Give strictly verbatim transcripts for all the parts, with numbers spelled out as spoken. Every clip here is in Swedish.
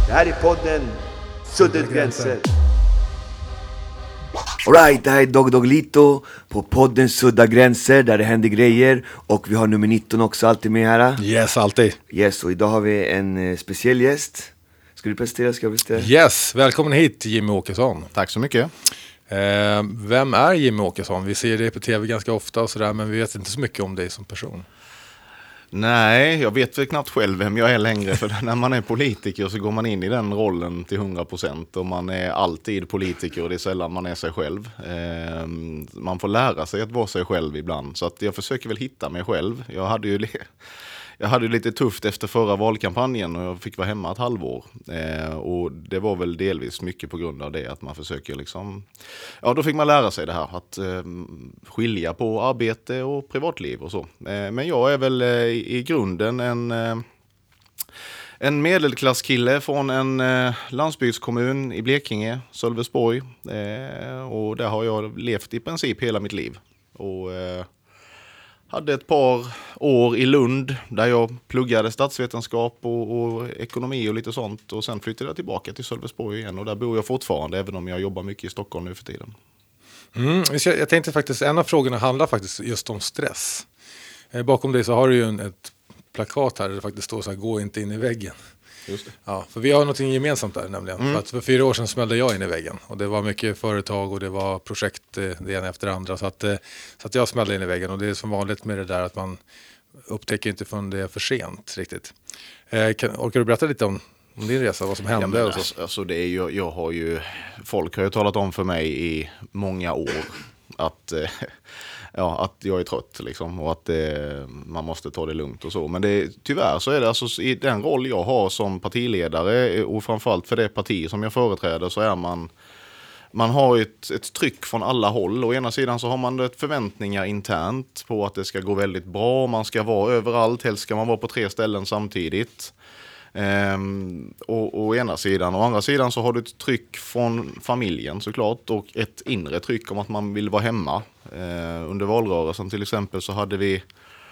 Det här är podden Suddet gränser. Alright, det här är Dog Dog Lito på podden Sudda gränser där det händer grejer. Och vi har nummer nitton också alltid med här. Yes, alltid. Yes, och idag har vi en eh, speciell gäst. Ska du presentera? Ska jag presentera? Yes, välkommen hit Jimmy Åkesson. Tack så mycket. Eh, vem är Jimmy Åkesson? Vi ser dig på tv ganska ofta och sådär, men vi vet inte så mycket om dig som person. Nej, jag vet väl knappt själv vem jag är längre. För när man är politiker så går man in i den rollen till hundra procent. Och man är alltid politiker och det är sällan man är sig själv. Eh, man får lära sig att vara sig själv ibland. Så att jag försöker väl hitta mig själv. Jag hade ju... Jag hade lite tufft efter förra valkampanjen och jag fick vara hemma ett halvår. Eh, och det var väl delvis mycket på grund av det att man försöker liksom... Ja, då fick man lära sig det här att eh, skilja på arbete och privatliv och så. Eh, men jag är väl eh, i grunden en... Eh, En medelklasskille från en eh, landsbygdskommun i Blekinge, Sölvesborg. Eh, och där har jag levt i princip hela mitt liv. Och... Eh, hade ett par år i Lund där jag pluggade statsvetenskap och, och ekonomi och lite sånt. Och sen flyttade jag tillbaka till Sölvesborg igen och där bor jag fortfarande även om jag jobbar mycket i Stockholm nu för tiden. Mm, jag tänkte faktiskt, en av frågorna handlar faktiskt just om stress. Eh, bakom dig så har du ju en, ett plakat här där det faktiskt står så här, gå inte in i väggen. Just det. Ja, för vi har något gemensamt där nämligen. Mm. För, att för fyra år sedan smällde jag in i väggen. Och det var mycket företag och det var projekt eh, det ena efter det andra. Så att, eh, så att jag smällde in i väggen. Och det är som vanligt med det där att man upptäcker inte förrän det är för sent riktigt. Eh, kan, orkar du berätta lite om, om din resa, vad som hände? Ja, men och så? alltså, alltså det är ju, jag har ju, folk har ju talat om för mig i många år att... Eh, Ja, att jag är trött liksom och att eh, man måste ta det lugnt och så. Men det, tyvärr så är det alltså i den roll jag har som partiledare och framförallt för det parti som jag företräder så är man, man har ett, ett tryck från alla håll. Å ena sidan så har man ett förväntningar internt på att det ska gå väldigt bra. Man ska vara överallt, helst ska man vara på tre ställen samtidigt. Um, och, och ena sidan. Å andra sidan så har du ett tryck från familjen såklart och ett inre tryck om att man vill vara hemma. Uh, under valrörelsen till exempel så hade vi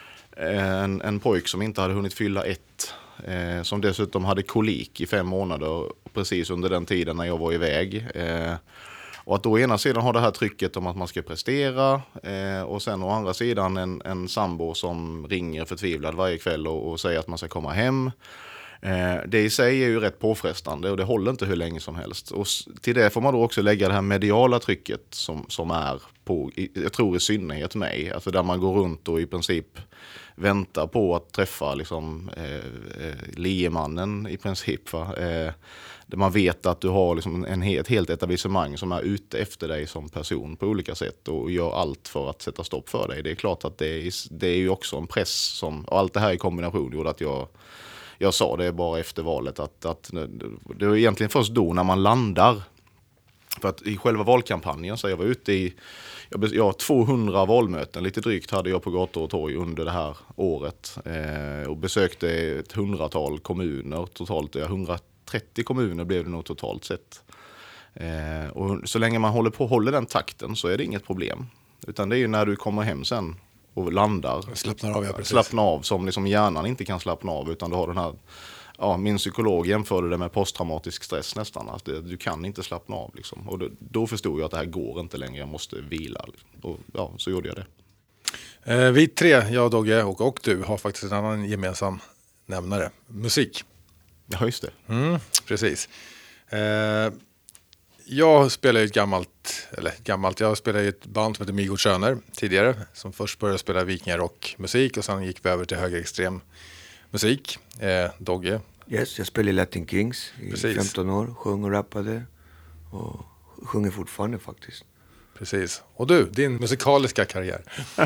en, en pojk som inte hade hunnit fylla ett. Uh, som dessutom hade kolik i fem månader precis under den tiden när jag var iväg. Uh, och att då å ena sidan har det här trycket om att man ska prestera uh, och sen å andra sidan en, en sambo som ringer förtvivlad varje kväll och, och säger att man ska komma hem. Det i sig är ju rätt påfrestande och det håller inte hur länge som helst. Och till det får man då också lägga det här mediala trycket som, som är på, jag tror i synnerhet mig, alltså där man går runt och i princip väntar på att träffa liksom, eh, liemannen i princip. Va? Eh, där man vet att du har liksom en, ett helt etablissemang som är ute efter dig som person på olika sätt och gör allt för att sätta stopp för dig. Det är klart att det är, det är ju också en press som, och allt det här i kombination gjorde att jag Jag sa det bara efter valet att, att det var egentligen först då när man landar. För att i själva valkampanjen så jag var ute i jag har tvåhundra valmöten, lite drygt hade jag på gator och torg under det här året. Eh, och besökte ett hundratal kommuner totalt. hundratrettio kommuner blev det nog totalt sett. Eh, och så länge man håller på håller den takten så är det inget problem. Utan det är ju när du kommer hem sen och landar. Slappnar av, ja, precis. Slappnar av som liksom hjärnan inte kan slappna av utan du har den här, ja, min psykolog jämförde det med posttraumatisk stress nästan. Att det, du kan inte slappna av liksom. Och då, då förstod jag att det här går inte längre, jag måste vila. Liksom. Och ja, så gjorde jag det. Eh, vi tre, jag, Dogge och, och du, har faktiskt en annan gemensam nämnare. Musik. Ja, just det. Mm, precis. Eh, Jag spelar ju ett gammalt, eller gammalt, jag spelade i ett band som heter Migo Schöner tidigare. Som först började spela vikingarockmusik och sen gick vi över till högerextrem musik. Eh, Dogge. Yes, jag spelade Latin Kings i Precis. femton år, sjöng och rappade och sjunger fortfarande faktiskt. Precis. Och du, din musikaliska karriär.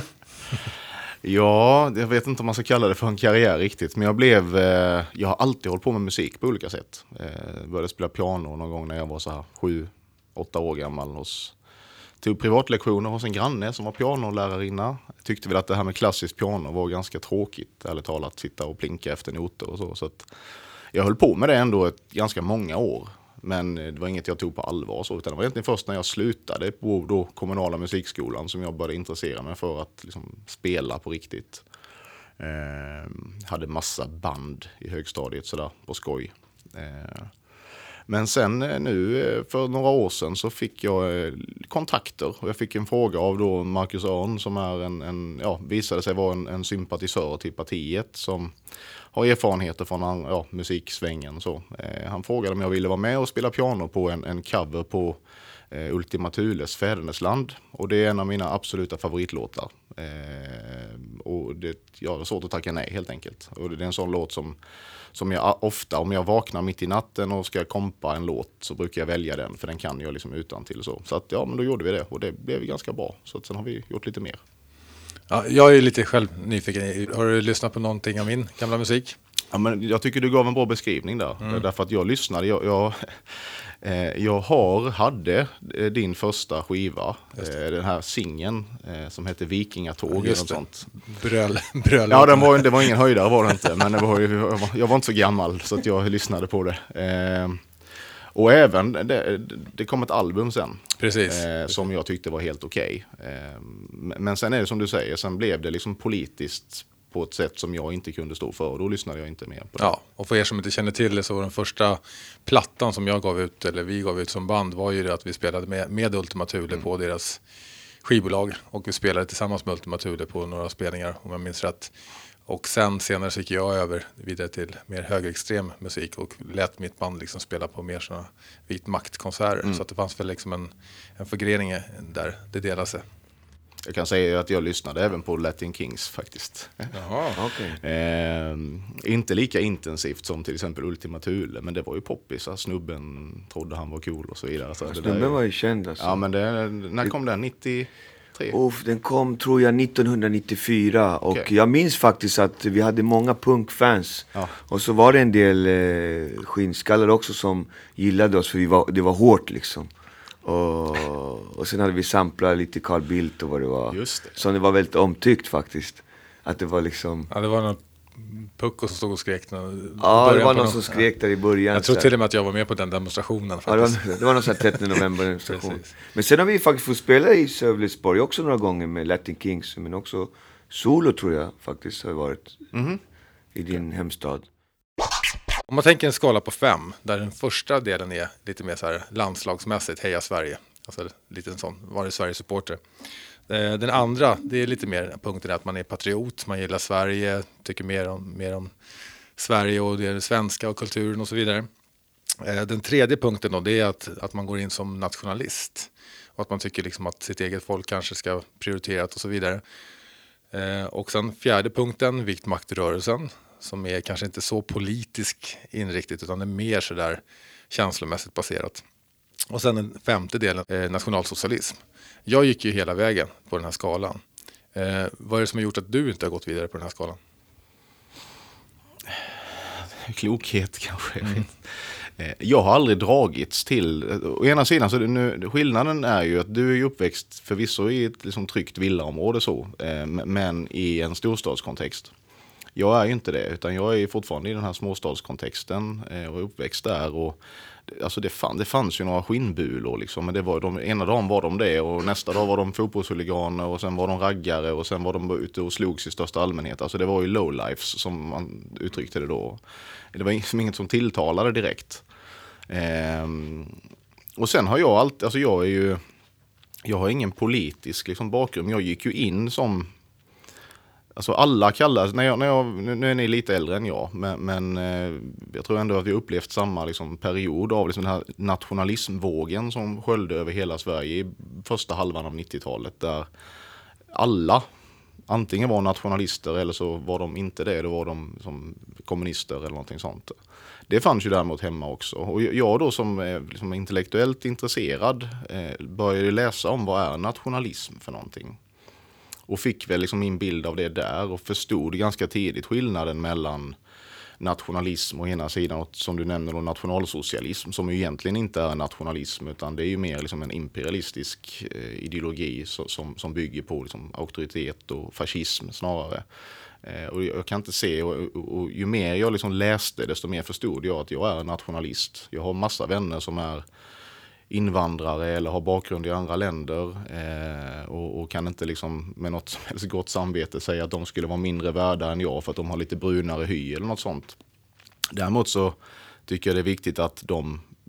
Ja, jag vet inte om man ska kalla det för en karriär riktigt. Men jag blev, eh, jag har alltid hållit på med musik på olika sätt. Eh, började spela piano någon gång när jag var så här sju, åtta år gammal. Hos, tog privatlektioner hos en granne som var pianolärarinna. Tyckte väl att det här med klassiskt piano var ganska tråkigt. Ärligt talat, sitta och plinka efter noter och så. Så att jag höll på med det ändå ett ganska många år. Men det var inget jag tog på allvar så, utan det var egentligen först när jag slutade på då kommunala musikskolan som jag började intressera mig för att liksom spela på riktigt. Eh, hade massa band i högstadiet sådär på skoj. Eh, Men sen nu för några år sedan så fick jag kontakter och jag fick en fråga av då Marcus Örn som är en, en ja, visade sig vara en, en sympatisör till partiet som har erfarenheter från ja, musiksvängen. Så. Eh, han frågade om jag ville vara med och spela piano på en, en cover på eh, Ultima Thules Fädernesland. Och det är en av mina absoluta favoritlåtar. Eh, och det, ja, det är svårt att tacka nej helt enkelt. Och det är en sån låt som, som jag ofta, om jag vaknar mitt i natten och ska kompa en låt så brukar jag välja den. För den kan jag liksom utan till så. Så att, ja, men då gjorde vi det och det blev ganska bra. Så att sen har vi gjort lite mer. Ja, jag är lite själv nyfiken. Har du lyssnat på någonting av min gamla musik? Ja, men jag tycker du gav en bra beskrivning där. Mm. Därför att jag lyssnade. Jag, jag, eh, jag har, hade din första skiva. Eh, den här singeln eh, som heter Vikingatåg. Just eller sånt. Bröl, bröl. Ja, den var, det var ingen höjdare var det inte. Men det var, jag, var, jag var inte så gammal så att jag lyssnade på det. Eh, och även, det, det kom ett album sen. Precis. Eh, som jag tyckte var helt okej. Okay. Eh, men sen är det som du säger, sen blev det liksom politiskt på ett sätt som jag inte kunde stå för och då lyssnade jag inte mer på det. Ja, och för er som inte känner till det så var den första plattan som jag gav ut, eller vi gav ut som band, var ju det att vi spelade med, med Ultima Thule mm. på deras skivbolag och vi spelade tillsammans med Ultima Thule på några spelningar om jag minns rätt. Och sen senare så gick jag över vidare till mer högerextrem musik och lät mitt band liksom spela på mer sådana vit maktkonserter. Mm. Så att det fanns väl liksom en, en förgrening där det delade sig. Jag kan säga att jag lyssnade även på Latin Kings faktiskt. Jaha, okay. eh, inte lika intensivt som till exempel Ultima Thule, men det var ju poppis. Snubben trodde han var cool och så vidare. Så ja, snubben där, var ju känd alltså. Ja, men det, när kom den? nittiotre? Uff, den kom tror jag nittonhundranittiofyra och okay. jag minns faktiskt att vi hade många punkfans ja. och så var det en del eh, skinnskallar också som gillade oss för vi var, det var hårt liksom. Och, och sen hade vi samplat lite Carl Bildt och vad det var. Just det. Så det var väldigt omtyckt faktiskt. Att det var liksom... Ja, det var någon pucko som stod och skrek. Ja, det var någon, någon som skrek där i början. Jag tror till och med att jag var med på den demonstrationen. Ja, det var, det var någon sån här trettonde november demonstration. Men sen har vi faktiskt fått spela i Sövlesborg också några gånger med Latin Kings. Men också solo tror jag faktiskt har varit mm-hmm. i din okay. hemstad. Om man tänker en skala på fem, där den första delen är lite mer så här landslagsmässigt, heja Sverige. Alltså lite en sån, var det Sverige-supporter. Den andra, det är lite mer punkten att man är patriot, man gillar Sverige, tycker mer om, mer om Sverige och det svenska och kulturen och så vidare. Den tredje punkten då, det är att, att man går in som nationalist. Och att man tycker liksom att sitt eget folk kanske ska prioriteras och så vidare. Och sen fjärde punkten, viktmaktrörelsen. Som är kanske inte så politisk inriktigt utan är mer så där känslomässigt baserat. Och sen den femte delen, eh, nationalsocialism. Jag gick ju hela vägen på den här skalan. Eh, vad är det som har gjort att du inte har gått vidare på den här skalan? Klokhet kanske. Mm. Jag har aldrig dragits till, å ena sidan så nu, skillnaden är ju att du är uppväxt förvisso i ett liksom, tryggt villaområde så, eh, men i en storstadskontext. Jag är ju inte det, utan jag är fortfarande i den här småstadskontexten eh, och är uppväxt där. Och, alltså det, fann, det fanns ju några skinnbulor, liksom, men det var, de, ena dagen var de det och nästa dag var de fotbollshuliganer och sen var de raggare och sen var de ute och slogs i största allmänhet. Alltså det var ju lowlifes som man uttryckte det då. Det var liksom inget som tilltalade direkt. Eh, och sen har jag alltid, alltså jag är ju, jag har ingen politisk liksom, bakgrund. Jag gick ju in som... Alltså alla kallar, när jag, när jag, nu är ni lite äldre än jag, men, men eh, jag tror ändå att vi har upplevt samma liksom, period av liksom, den här nationalismvågen som sköljde över hela Sverige i första halvan av nittiotalet. Där alla antingen var nationalister eller så var de inte det, då var de som kommunister eller någonting sånt. Det fanns ju däremot hemma också. Och jag då som är liksom, intellektuellt intresserad eh, började läsa om vad är nationalism för någonting. Och fick väl liksom min bild av det där och förstod ganska tidigt skillnaden mellan nationalism å ena sidan och som du nämner då nationalsocialism som ju egentligen inte är nationalism utan det är ju mer liksom en imperialistisk eh, ideologi så, som, som bygger på liksom auktoritet och fascism snarare. Eh, och jag kan inte se, och, och, och ju mer jag liksom läste desto mer förstod jag att jag är nationalist. Jag har massa vänner som är invandrare eller har bakgrund i andra länder eh, och, och kan inte liksom med något gott samvete säga att de skulle vara mindre värda än jag för att de har lite brunare hy eller något sånt. Däremot så tycker jag det är viktigt att de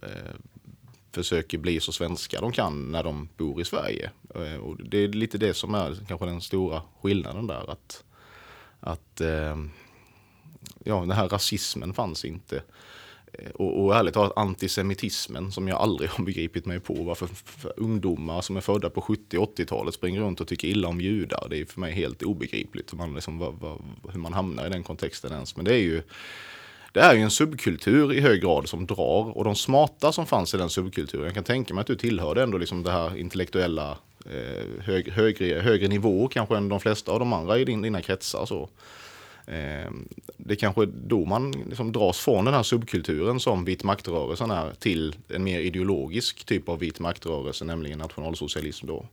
eh, försöker bli så svenska de kan när de bor i Sverige. Eh, och det är lite det som är kanske den stora skillnaden där. Att, att eh, ja, den här rasismen fanns inte. Och, och ärligt talat antisemitismen som jag aldrig har begripit mig på. Varför för ungdomar som är födda på sjuttio- och åttiotalet springer runt och tycker illa om judar. Det är för mig helt obegripligt hur man, liksom, vad, vad, hur man hamnar i den kontexten ens. Men det är ju det är ju en subkultur i hög grad som drar. Och de smarta som fanns i den subkulturen. Jag kan tänka mig att du tillhörde ändå liksom det här intellektuella eh, hög, högre, högre nivå kanske än de flesta av de andra i din, dina kretsar. Så. Det är kanske då man liksom dras från den här subkulturen som vit maktrörelsen är till en mer ideologisk typ av vit maktrörelse, nämligen nationalsocialism då.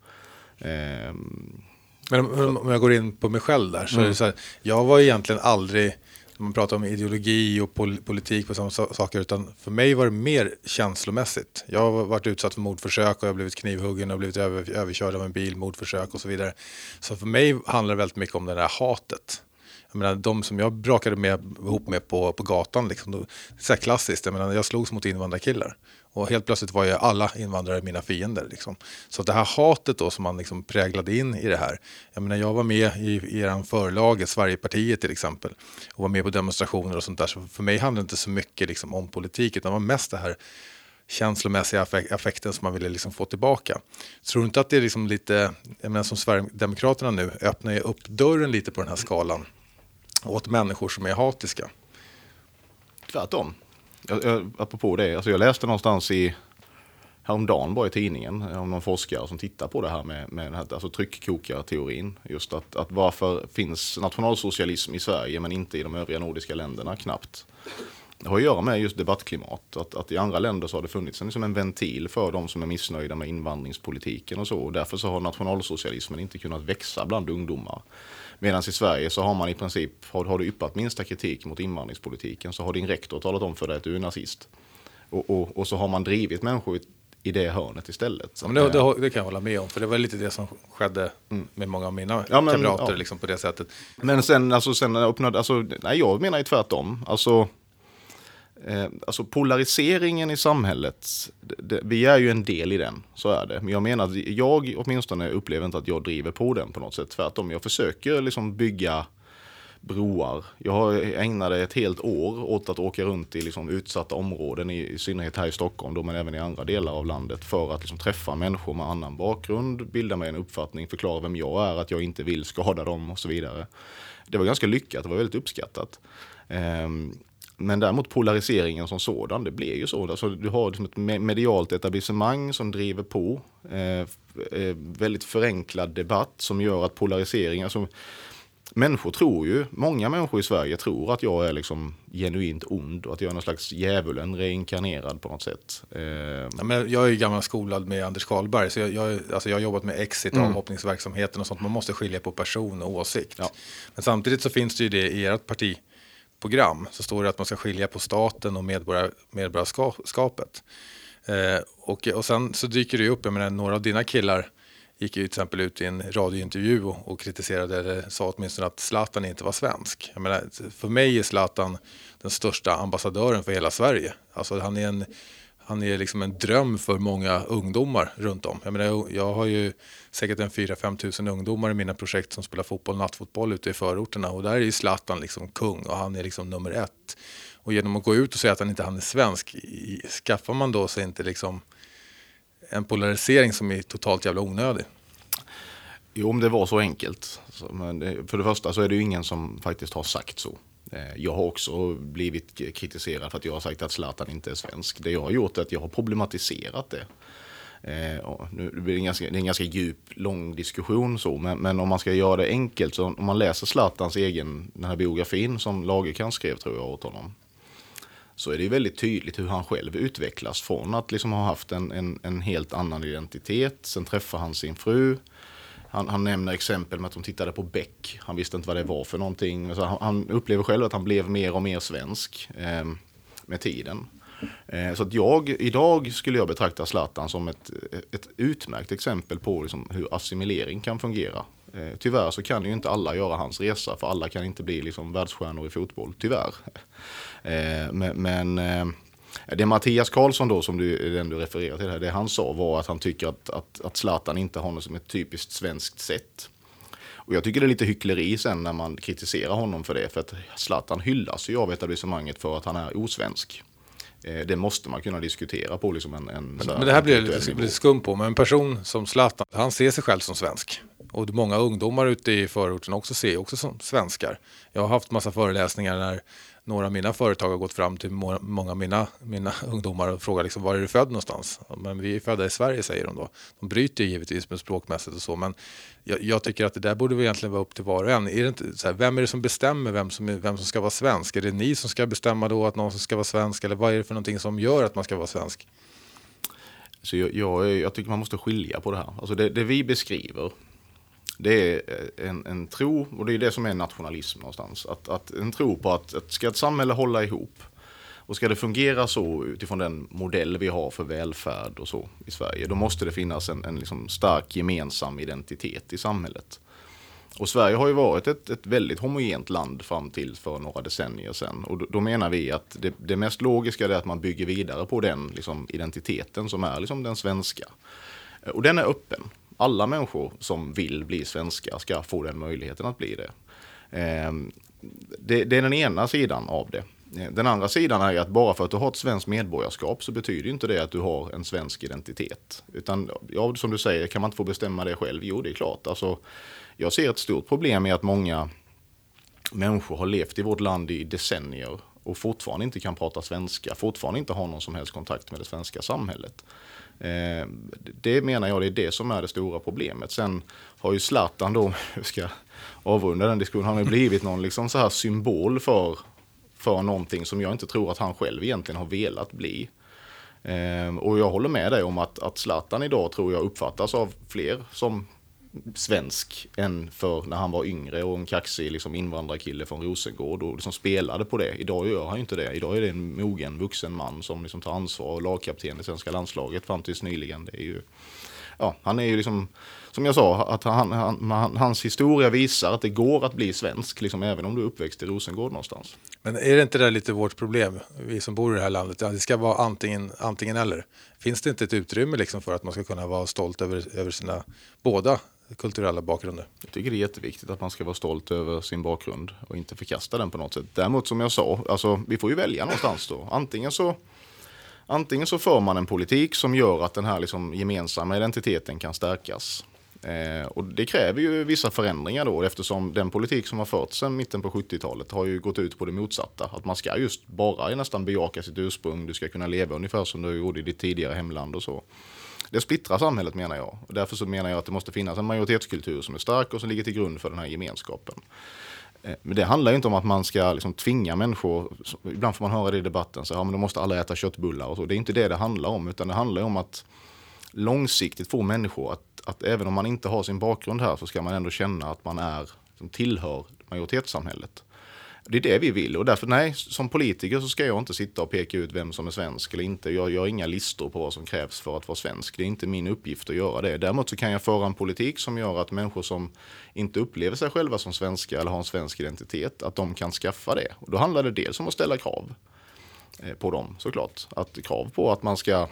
Men om jag går in på mig själv där så mm. är det så här, jag var egentligen aldrig, man pratar om ideologi och pol- politik och sådana saker, utan för mig var det mer känslomässigt. Jag har varit utsatt för mordförsök och jag har blivit knivhuggen och blivit över, överkörd av en bil, mordförsök och så vidare. Så för mig handlar det väldigt mycket om det där hatet. Jag menar, de som jag brakade med, ihop med på, på gatan, liksom, då, det är så här klassiskt. Jag menar, jag slogs mot invandrarkillar. Och helt plötsligt var ju alla invandrare mina fiender. Liksom. Så det här hatet då som man liksom präglade in i det här. Jag menar, jag var med i, i er förlag, Sverigepartiet till exempel. Och var med på demonstrationer och sånt där. Så för mig handlade det inte så mycket liksom, om politik. Utan det var mest det här känslomässiga affekten som man ville liksom få tillbaka. Tror du inte att det är liksom lite, jag menar som Sverigedemokraterna nu öppnar ju upp dörren lite på den här skalan åt människor som är hatiska? Tvärtom. Jag, jag, apropå det, alltså jag läste någonstans i häromdagen bara i tidningen om någon forskare som tittar på det här med, med den här, alltså tryckkokarteorin. Just att, att varför finns nationalsocialism i Sverige men inte i de övriga nordiska länderna knappt. Det har att göra med just debattklimat. Att, att i andra länder så har det funnits en, liksom en ventil för de som är missnöjda med invandringspolitiken och så. Och därför så har nationalsocialismen inte kunnat växa bland ungdomar. Medan i Sverige så har man i princip, har, har du yppat minsta kritik mot invandringspolitiken så har din rektor talat om för dig att du är nazist. Och, och, och så har man drivit människor i, i det hörnet istället. Ja, men det, det, det kan jag hålla med om, för det var lite det som skedde mm. med många av mina ja, men, kamrater ja. liksom på det sättet. Men sen, alltså, sen öppnade, alltså, nej jag menar ju tvärtom. Alltså, eh, alltså polariseringen i samhället, det, det, vi är ju en del i den, så är det. Men jag menar att jag åtminstone upplever inte att jag driver på den på något sätt. Tvärtom, jag försöker liksom bygga broar. Jag ägnade ett helt år åt att åka runt i liksom utsatta områden, i, i synnerhet här i Stockholm då, men även i andra delar av landet, för att liksom träffa människor med annan bakgrund, bilda mig en uppfattning, förklara vem jag är, att jag inte vill skada dem och så vidare. Det var ganska lyckat, det var väldigt uppskattat. Um, Men däremot polariseringen som sådan, det blir ju så. Alltså, du har liksom ett medialt etablissemang som driver på. Eh, eh, väldigt förenklad debatt som gör att polariseringen... Alltså, människor tror ju, många människor i Sverige tror att jag är liksom genuint ond och att jag är någon slags djävulen reinkarnerad på något sätt. Eh, ja, men jag är ju gammal skolad med Anders Karlberg, så jag, jag, alltså jag har jobbat med exit, mm. avhoppningsverksamheten och sånt. Man måste skilja på person och åsikt. Ja. Men samtidigt så finns det ju det i ert parti program, så står det att man ska skilja på staten och medborgar, medborgarskapet. Eh, och, och sen så dyker det ju upp, jag menar, några av dina killar gick ju till exempel ut i en radiointervju och, och kritiserade, eller sa åtminstone att Zlatan inte var svensk. Jag menar, för mig är Zlatan den största ambassadören för hela Sverige. Alltså han är en Han är liksom en dröm för många ungdomar runt om. Jag menar, jag har ju säkert en fyra till fem tusen ungdomar i mina projekt som spelar fotboll, nattfotboll ute i förorterna. Och där är ju Zlatan liksom kung och han är liksom nummer ett. Och genom att gå ut och säga att han inte han är svensk, skaffar man då sig inte liksom en polarisering som är totalt jävla onödig? Jo, om det var så enkelt. Men för det första så är det ju ingen som faktiskt har sagt så. Jag har också blivit kritiserad för att jag har sagt att Zlatan inte är svensk. Det jag har gjort är att jag har problematiserat det. Eh, nu, det blir en ganska, det är en ganska djup, lång diskussion så, men, men om man ska göra det enkelt, så om man läser Zlatans egen, den här biografin som Lagercrantz skrev, tror jag, åt honom, så är det väldigt tydligt hur han själv utvecklas från att liksom ha haft en, en, en helt annan identitet. Sen träffar han sin fru. Han, han nämner exempel med att de tittade på Beck. Han visste inte vad det var för någonting. Så han, han upplever själv att han blev mer och mer svensk eh, med tiden. Eh, så att jag, idag skulle jag betrakta Zlatan som ett, ett utmärkt exempel på liksom hur assimilering kan fungera. Eh, tyvärr så kan ju inte alla göra hans resa, för alla kan inte bli liksom världsstjärnor i fotboll, tyvärr. Eh, men men eh, Det Mattias Karlsson då, som du, den du refererar till här, det han sa var att han tycker att, att, att Zlatan inte har något som ett typiskt svenskt sätt. Och jag tycker det är lite hyckleri sen när man kritiserar honom för det, för att Zlatan hyllas ju av etablissemanget för att han är osvensk. Det måste man kunna diskutera på liksom en, en men, men det här blir lite, lite skum på, men en person som Zlatan, han ser sig själv som svensk. Och många ungdomar ute i förorten också ser också som svenskar. Jag har haft massa föreläsningar när några av mina företag har gått fram till många av mina, mina ungdomar och frågat liksom, var är du född någonstans? Men vi är födda i Sverige, säger de då. De bryter givetvis med språkmässigt och så, men jag, jag tycker att det där borde vi egentligen vara upp till var och en. Är det inte, så här, vem är det som bestämmer vem som, är, vem som ska vara svensk? Är det ni som ska bestämma då att någon som ska vara svensk? Eller vad är det för någonting som gör att man ska vara svensk? Så jag, jag, jag tycker man måste skilja på det här. Alltså det, det vi beskriver, det är en, en tro, och det är det som är nationalism någonstans. Att, att en tro på att, att ska ett samhälle hålla ihop och ska det fungera så utifrån den modell vi har för välfärd och så i Sverige, då måste det finnas en, en liksom stark gemensam identitet i samhället. Och Sverige har ju varit ett, ett väldigt homogent land fram till för några decennier sedan. Och då, då menar vi att det, det mest logiska är att man bygger vidare på den liksom, identiteten som är liksom, den svenska. Och den är öppen. Alla människor som vill bli svenskar ska få den möjligheten att bli det. Eh, det. Det är den ena sidan av det. Den andra sidan är att bara för att du har ett svenskt medborgarskap så betyder inte det att du har en svensk identitet. Utan, ja, som du säger, kan man inte få bestämma det själv? Jo, det är klart. Alltså, jag ser ett stort problem i att många människor har levt i vårt land i decennier och fortfarande inte kan prata svenska, fortfarande inte har någon som helst kontakt med det svenska samhället. Eh, det menar jag, det är det som är det stora problemet. Sen har ju Zlatan då, jag ska avrunda den diskussionen, han har blivit någon liksom så här symbol för, för någonting som jag inte tror att han själv egentligen har velat bli. Eh, och jag håller med dig om att, att Zlatan idag tror jag uppfattas av fler som svensk än för när han var yngre och en kaxig liksom invandrarkille från Rosengård och liksom spelade på det. Idag gör han ju inte det. Idag är det en mogen vuxen man som liksom tar ansvar och lagkapten i svenska landslaget fram tills nyligen. Det är ju, ja, han är ju liksom, som jag sa, att han, han, han, hans historia visar att det går att bli svensk liksom, även om du är uppväxt i Rosengård någonstans. Men är det inte det lite vårt problem, vi som bor i det här landet? Ja, det ska vara antingen, antingen eller. Finns det inte ett utrymme liksom för att man ska kunna vara stolt över, över sina båda kulturella bakgrunder? Jag tycker det är jätteviktigt att man ska vara stolt över sin bakgrund och inte förkasta den på något sätt. Däremot som jag sa, alltså, vi får ju välja någonstans då. Antingen så, antingen så för man en politik som gör att den här liksom gemensamma identiteten kan stärkas. Eh, och det kräver ju vissa förändringar då, eftersom den politik som har förts sedan mitten på sjuttiotalet har ju gått ut på det motsatta. Att man ska just bara nästan bejaka sitt ursprung, du ska kunna leva ungefär som du gjorde i ditt tidigare hemland och så. Det splittrar samhället, menar jag. Och därför så menar jag att det måste finnas en majoritetskultur som är stark och som ligger till grund för den här gemenskapen. Men det handlar ju inte om att man ska liksom tvinga människor, ibland får man höra det i debatten, så ja, men då måste alla äta köttbullar och så. Det är inte det det handlar om, utan det handlar om att långsiktigt få människor att, att även om man inte har sin bakgrund här så ska man ändå känna att man är, som tillhör majoritetssamhället. Det är det vi vill, och därför nej, som politiker så ska jag inte sitta och peka ut vem som är svensk eller inte. Jag gör inga listor på vad som krävs för att vara svensk. Det är inte min uppgift att göra det. Däremot så kan jag föra en politik som gör att människor som inte upplever sig själva som svenska eller har en svensk identitet, att de kan skaffa det. Och då handlar det dels om att ställa krav på dem, såklart. Att krav på att man ska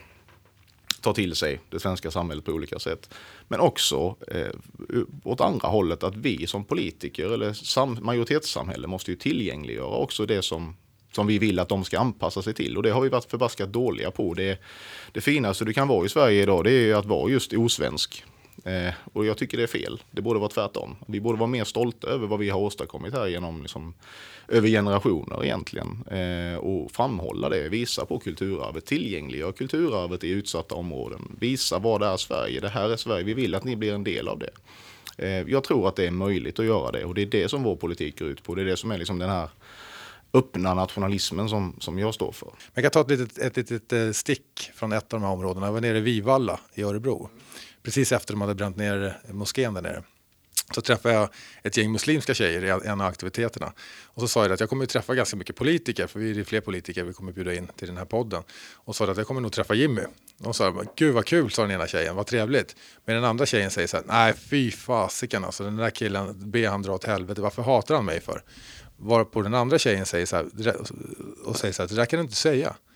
ta till sig det svenska samhället på olika sätt. Men också eh, åt andra hållet att vi som politiker eller sam- majoritetssamhälle måste ju tillgängliggöra också det som, som vi vill att de ska anpassa sig till. Och det har vi varit förbaskat dåliga på. Det, det finaste du kan vara i Sverige idag, det är att vara just osvensk. Eh, och jag tycker det är fel. Det borde vara tvärtom. Vi borde vara mer stolta över vad vi har åstadkommit här genom liksom, över generationer egentligen. Eh, och framhålla det, visa på kulturarvet, tillgängliggöra kulturarvet i utsatta områden. Visa vad det är Sverige, det här är Sverige, vi vill att ni blir en del av det. Eh, jag tror att det är möjligt att göra det, och det är det som vår politik går ut på. Det är det som är liksom den här öppna nationalismen som, som jag står för. Jag kan ta ett litet, ett litet stick från ett av de här områdena. Jag var nere i Vivalla i Örebro. Precis efter de hade bränt ner moskén där nere. Så träffade jag ett gäng muslimska tjejer i en av aktiviteterna. Och så sa jag att jag kommer att träffa ganska mycket politiker, för vi är fler politiker vi kommer bjuda in till den här podden. Och sa att jag kommer nog träffa Jimmy. Och sa, gud vad kul, sa den ena tjejen, vad trevligt. Men den andra tjejen säger så här, nej fy fasiken alltså, den där killen ber han dra åt helvete, varför hatar han mig för? Varpå den andra tjejen säger så här, och säger så här, det där kan du inte säga.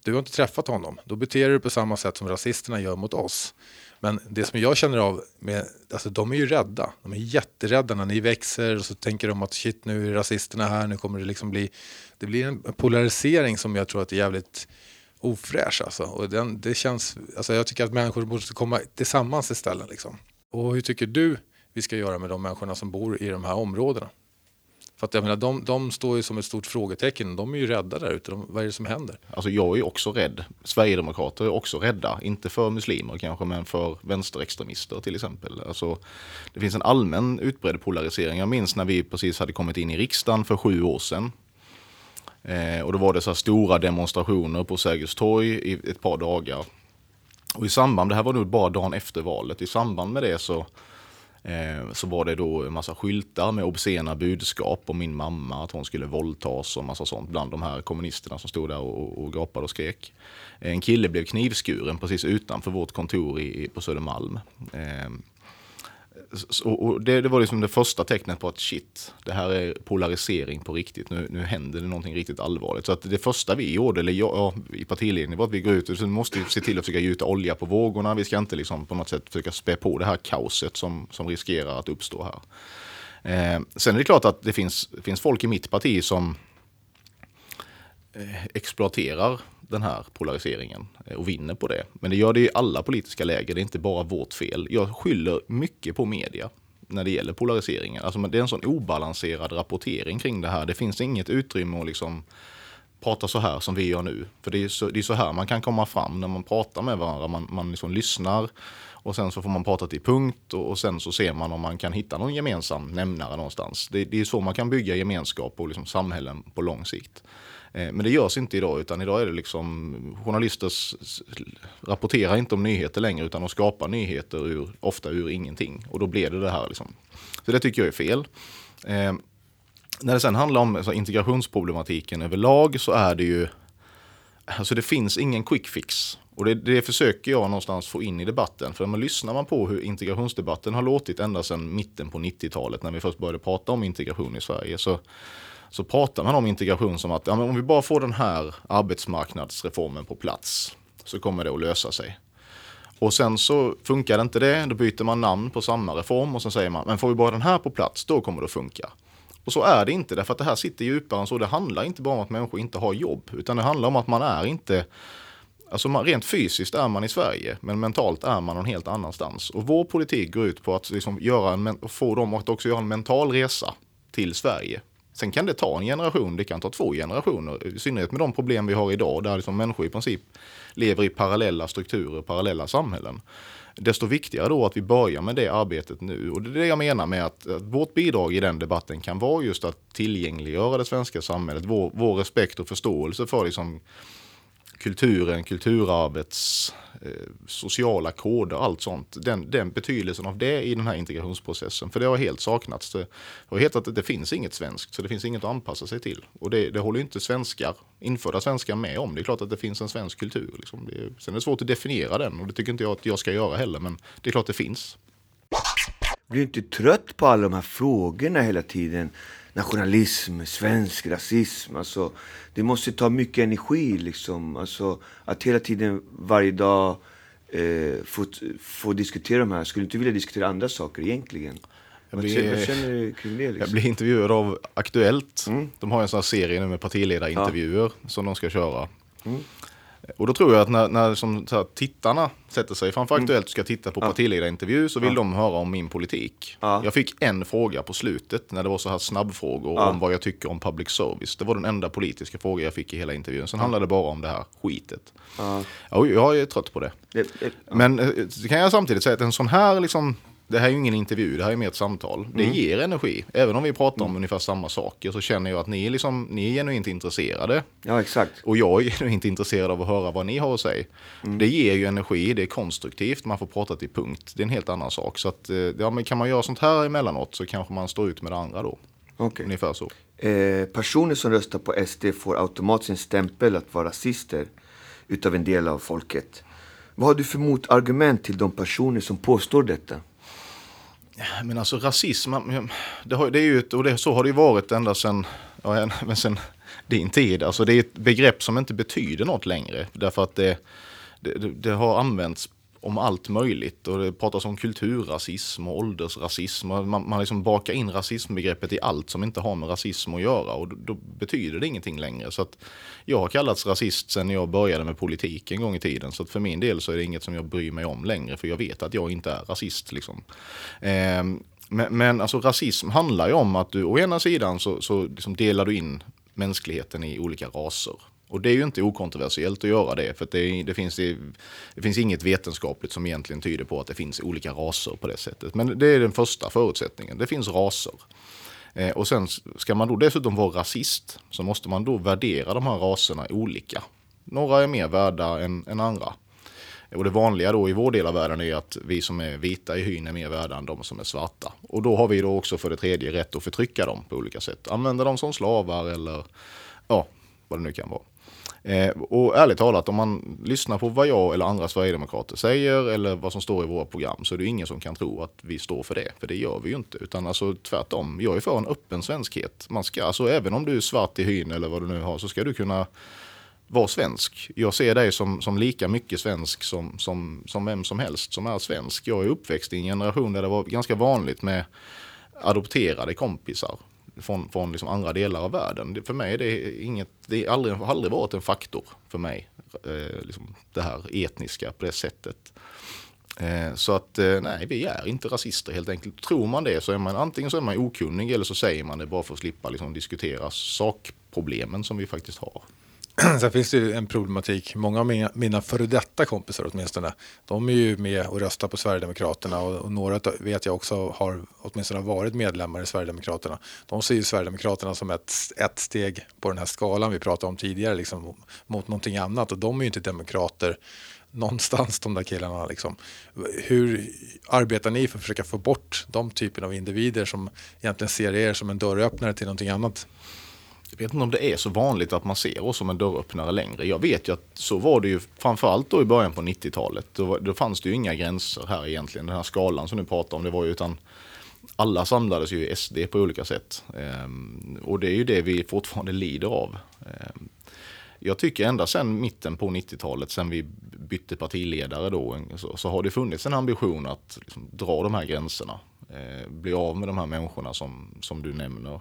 Du har inte träffat honom. Då beter du på samma sätt som rasisterna gör mot oss. Men det som jag känner av, med, alltså de är ju rädda. De är jätterädda när ni växer och så tänker de att shit, nu är rasisterna här, nu kommer det liksom bli, det blir en polarisering som jag tror att är jävligt ofräsch alltså. Och den, det känns, alltså jag tycker att människor måste komma tillsammans istället liksom. Och hur tycker du vi ska göra med de människorna som bor i de här områdena? För att jag menar, de, de står ju som ett stort frågetecken. De är ju rädda där ute. De, vad är det som händer? Alltså jag är också rädd. Sverigedemokrater är också rädda. Inte för muslimer kanske, men för vänsterextremister till exempel. Alltså, det finns en allmän utbredd polarisering. Jag minns när vi precis hade kommit in i riksdagen för sju år sedan. Eh, och då var det så här stora demonstrationer på Sergels torg i ett par dagar. Och i samband, det här var nog bara dagen efter valet. I samband med det så... så var det då en massa skyltar med obscena budskap om min mamma, att hon skulle våldtas och massa sånt bland de här kommunisterna som stod där och, och gapade och skrek. En kille blev knivskuren precis utanför vårt kontor i, på Södermalm. Så, och det, det var liksom det första tecknet på att shit, det här är polarisering på riktigt. Nu, nu händer det någonting riktigt allvarligt. Så att det första vi gjorde, eller jag, ja, i partiledningen, var att vi går ut och så måste vi se till att försöka gjuta olja på vågorna. Vi ska inte liksom på något sätt försöka spä på det här kaoset som, som riskerar att uppstå här. Eh, sen är det klart att det finns, finns folk i mitt parti som eh, exploaterar den här polariseringen och vinner på det. Men det gör det i alla politiska läger, det är inte bara vårt fel. Jag skyller mycket på media när det gäller polariseringen. Alltså, det är en sån obalanserad rapportering kring det här. Det finns inget utrymme att liksom prata så här som vi gör nu. För det är så, det är så här man kan komma fram när man pratar med varandra. Man, man liksom lyssnar och sen så får man prata till punkt och, och sen så ser man om man kan hitta någon gemensam nämnare någonstans. Det, det är så man kan bygga gemenskap och liksom samhällen på lång sikt. Men det görs inte idag, utan idag är det liksom journalister rapporterar inte om nyheter längre utan de skapar nyheter ur, ofta ur ingenting. Och då blir det det här liksom. Så det tycker jag är fel. Eh, när det sen handlar om alltså, integrationsproblematiken överlag så är det ju, alltså det finns ingen quick fix. Och det, det försöker jag någonstans få in i debatten. För när lyssnar man på hur integrationsdebatten har låtit ända sedan mitten på nittiotalet när vi först började prata om integration i Sverige så Så pratar man om integration som att ja, men om vi bara får den här arbetsmarknadsreformen på plats så kommer det att lösa sig. Och sen så funkar det inte det, då byter man namn på samma reform och så säger man men får vi bara den här på plats då kommer det att funka. Och så är det inte, därför att det här sitter djupare än så. Det handlar inte bara om att människor inte har jobb utan det handlar om att man är inte, alltså man, rent fysiskt är man i Sverige men mentalt är man någon helt annanstans. Och vår politik går ut på att liksom göra en, få dem att också göra en mental resa till Sverige. Sen kan det ta en generation, det kan ta två generationer, i synnerhet med de problem vi har idag, där liksom människor i princip lever i parallella strukturer, parallella samhällen. Desto viktigare då att vi börjar med det arbetet nu. Och det är det jag menar med att, att vårt bidrag i den debatten kan vara just att tillgängliggöra det svenska samhället, vår, vår respekt och förståelse för liksom kulturen, kulturarvets eh, sociala koder, allt sånt. Den, den betydelsen av det i den här integrationsprocessen. För det har helt saknats. Det har hetat att det finns inget svenskt, så det finns inget att anpassa sig till. Och det, det håller inte svenskar, infödda svenskar med om. Det är klart att det finns en svensk kultur. Liksom. Det är, sen är det svårt att definiera den och det tycker inte jag att jag ska göra heller, men det är klart det finns. Blir du inte trött på alla de här frågorna hela tiden? Nationalism, svensk rasism, alltså det måste ta mycket energi liksom, alltså att hela tiden varje dag eh, få, få diskutera de här. Skulle du inte vilja diskutera andra saker egentligen? Jag blir, vad känner du kring det liksom? Jag blir intervjuad av Aktuellt. Mm. De har en sån här serie nu med partiledarintervjuer ja. som de ska köra. Mm. Och då tror jag att när, när som, så här, tittarna sätter sig framför mm. Aktuellt och ska titta på ja. partiledarintervju så vill ja. de höra om min politik. Ja. Jag fick en fråga på slutet när det var så här snabbfrågor ja. om vad jag tycker om public service. Det var den enda politiska fråga jag fick i hela intervjun. Sen ja. handlade det bara om det här skitet. Ja. Ja, jag är trött på det. det, det ja. Men det kan jag samtidigt säga att en sån här liksom, det här är ju ingen intervju, det här är mer ett samtal. Mm. Det ger energi. Även om vi pratar om mm. ungefär samma saker så känner jag att ni är, liksom, ni är genuint intresserade. Ja, exakt. Och jag är genuint intresserad av att höra vad ni har att säga. Mm. Det ger ju energi, det är konstruktivt, man får prata till punkt. Det är en helt annan sak. Så att, ja, men kan man göra sånt här emellanåt så kanske man står ut med det andra då. Okay. Ungefär så. Eh, personer som röstar på S D får automatiskt en stämpel att vara rasister utav en del av folket. Vad har du för motargument till de personer som påstår detta? Men alltså rasism, det, har, det är ju ett, och det, så har det ju varit ända sedan, ja, men sen din tid. Alltså det är ett begrepp som inte betyder något längre. Därför att det, det, det har använts om allt möjligt. Och det pratas om kulturrasism och åldersrasism. Man, man liksom bakar in rasismbegreppet i allt som inte har med rasism att göra. Och då, då betyder det ingenting längre. Så att jag har kallats rasist sedan jag började med politik en gång i tiden. Så att för min del så är det inget som jag bryr mig om längre. För jag vet att jag inte är rasist. Liksom. Eh, men men alltså, rasism handlar ju om att du å ena sidan så, så liksom delar du in mänskligheten i olika raser. Och det är ju inte okontroversiellt att göra det, för att det, det, finns, det, det finns inget vetenskapligt som egentligen tyder på att det finns olika raser på det sättet. Men det är den första förutsättningen, det finns raser. Eh, och sen ska man då dessutom vara rasist så måste man då värdera de här raserna olika. Några är mer värda än, än andra. Och det vanliga då i vår del av världen är att vi som är vita i hyn är mer värda än de som är svarta. Och då har vi då också för det tredje rätt att förtrycka dem på olika sätt. Använda dem som slavar eller ja, vad det nu kan vara. Eh, och ärligt talat, om man lyssnar på vad jag eller andra sverigedemokrater säger eller vad som står i våra program så är det ingen som kan tro att vi står för det. För det gör vi ju inte. Utan alltså tvärtom, jag är för en öppen svenskhet. Man ska, alltså även om du är svart i hyn eller vad du nu har så ska du kunna vara svensk. Jag ser dig som, som lika mycket svensk som, som, som vem som helst som är svensk. Jag är uppväxt i en generation där det var ganska vanligt med adopterade kompisar från, från liksom andra delar av världen. Det, för mig är det inget, det är aldrig, har aldrig varit en faktor för mig, eh, liksom det här etniska på det sättet. Eh, så att eh, nej, vi är inte rasister helt enkelt. Tror man det så är man antingen så är man okunnig eller så säger man det bara för att slippa liksom, diskutera sakproblemen som vi faktiskt har. Sen finns det ju en problematik. Många av mina, mina före detta kompisar åtminstone, de är ju med och röstar på Sverigedemokraterna och, och några vet jag också har åtminstone varit medlemmar i Sverigedemokraterna. De ser ju Sverigedemokraterna som ett, ett steg på den här skalan vi pratade om tidigare liksom, mot någonting annat, och de är ju inte demokrater någonstans, de där killarna liksom. Hur arbetar ni för att försöka få bort de typen av individer som egentligen ser er som en dörröppnare till någonting annat? Jag vet inte om det är så vanligt att man ser oss som en dörröppnare längre. Jag vet ju att så var det ju framförallt då i början på nittiotalet. Då, då fanns det ju inga gränser här egentligen. Den här skalan som du pratar om, det var ju utan alla samlades ju i S D på olika sätt. Ehm, och det är ju det vi fortfarande lider av. Ehm, jag tycker ända sedan mitten på nittiotalet, sen vi bytte partiledare då, så, så har det funnits en ambition att liksom, dra de här gränserna. Ehm, bli av med de här människorna som, som du nämner.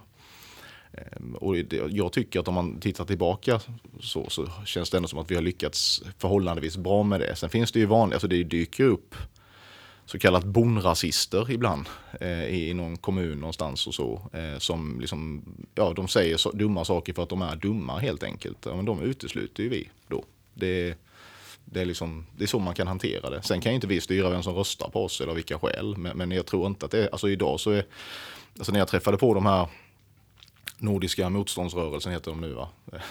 Och jag tycker att om man tittar tillbaka så, så känns det ändå som att vi har lyckats förhållandevis bra med det. Sen finns det ju vanligt, alltså det dyker upp så kallat bonrasister ibland eh, i någon kommun någonstans och så. Eh, som liksom, ja, de säger så, dumma saker för att de är dumma helt enkelt. Ja, men de utesluter ju vi då. Det, det, är liksom, det är så man kan hantera det. Sen kan ju inte vi styra vem som röstar på oss eller vilka skäl. Men, men jag tror inte att det, alltså idag så är, alltså när jag träffade på de här Nordiska motståndsrörelsen heter de nu va?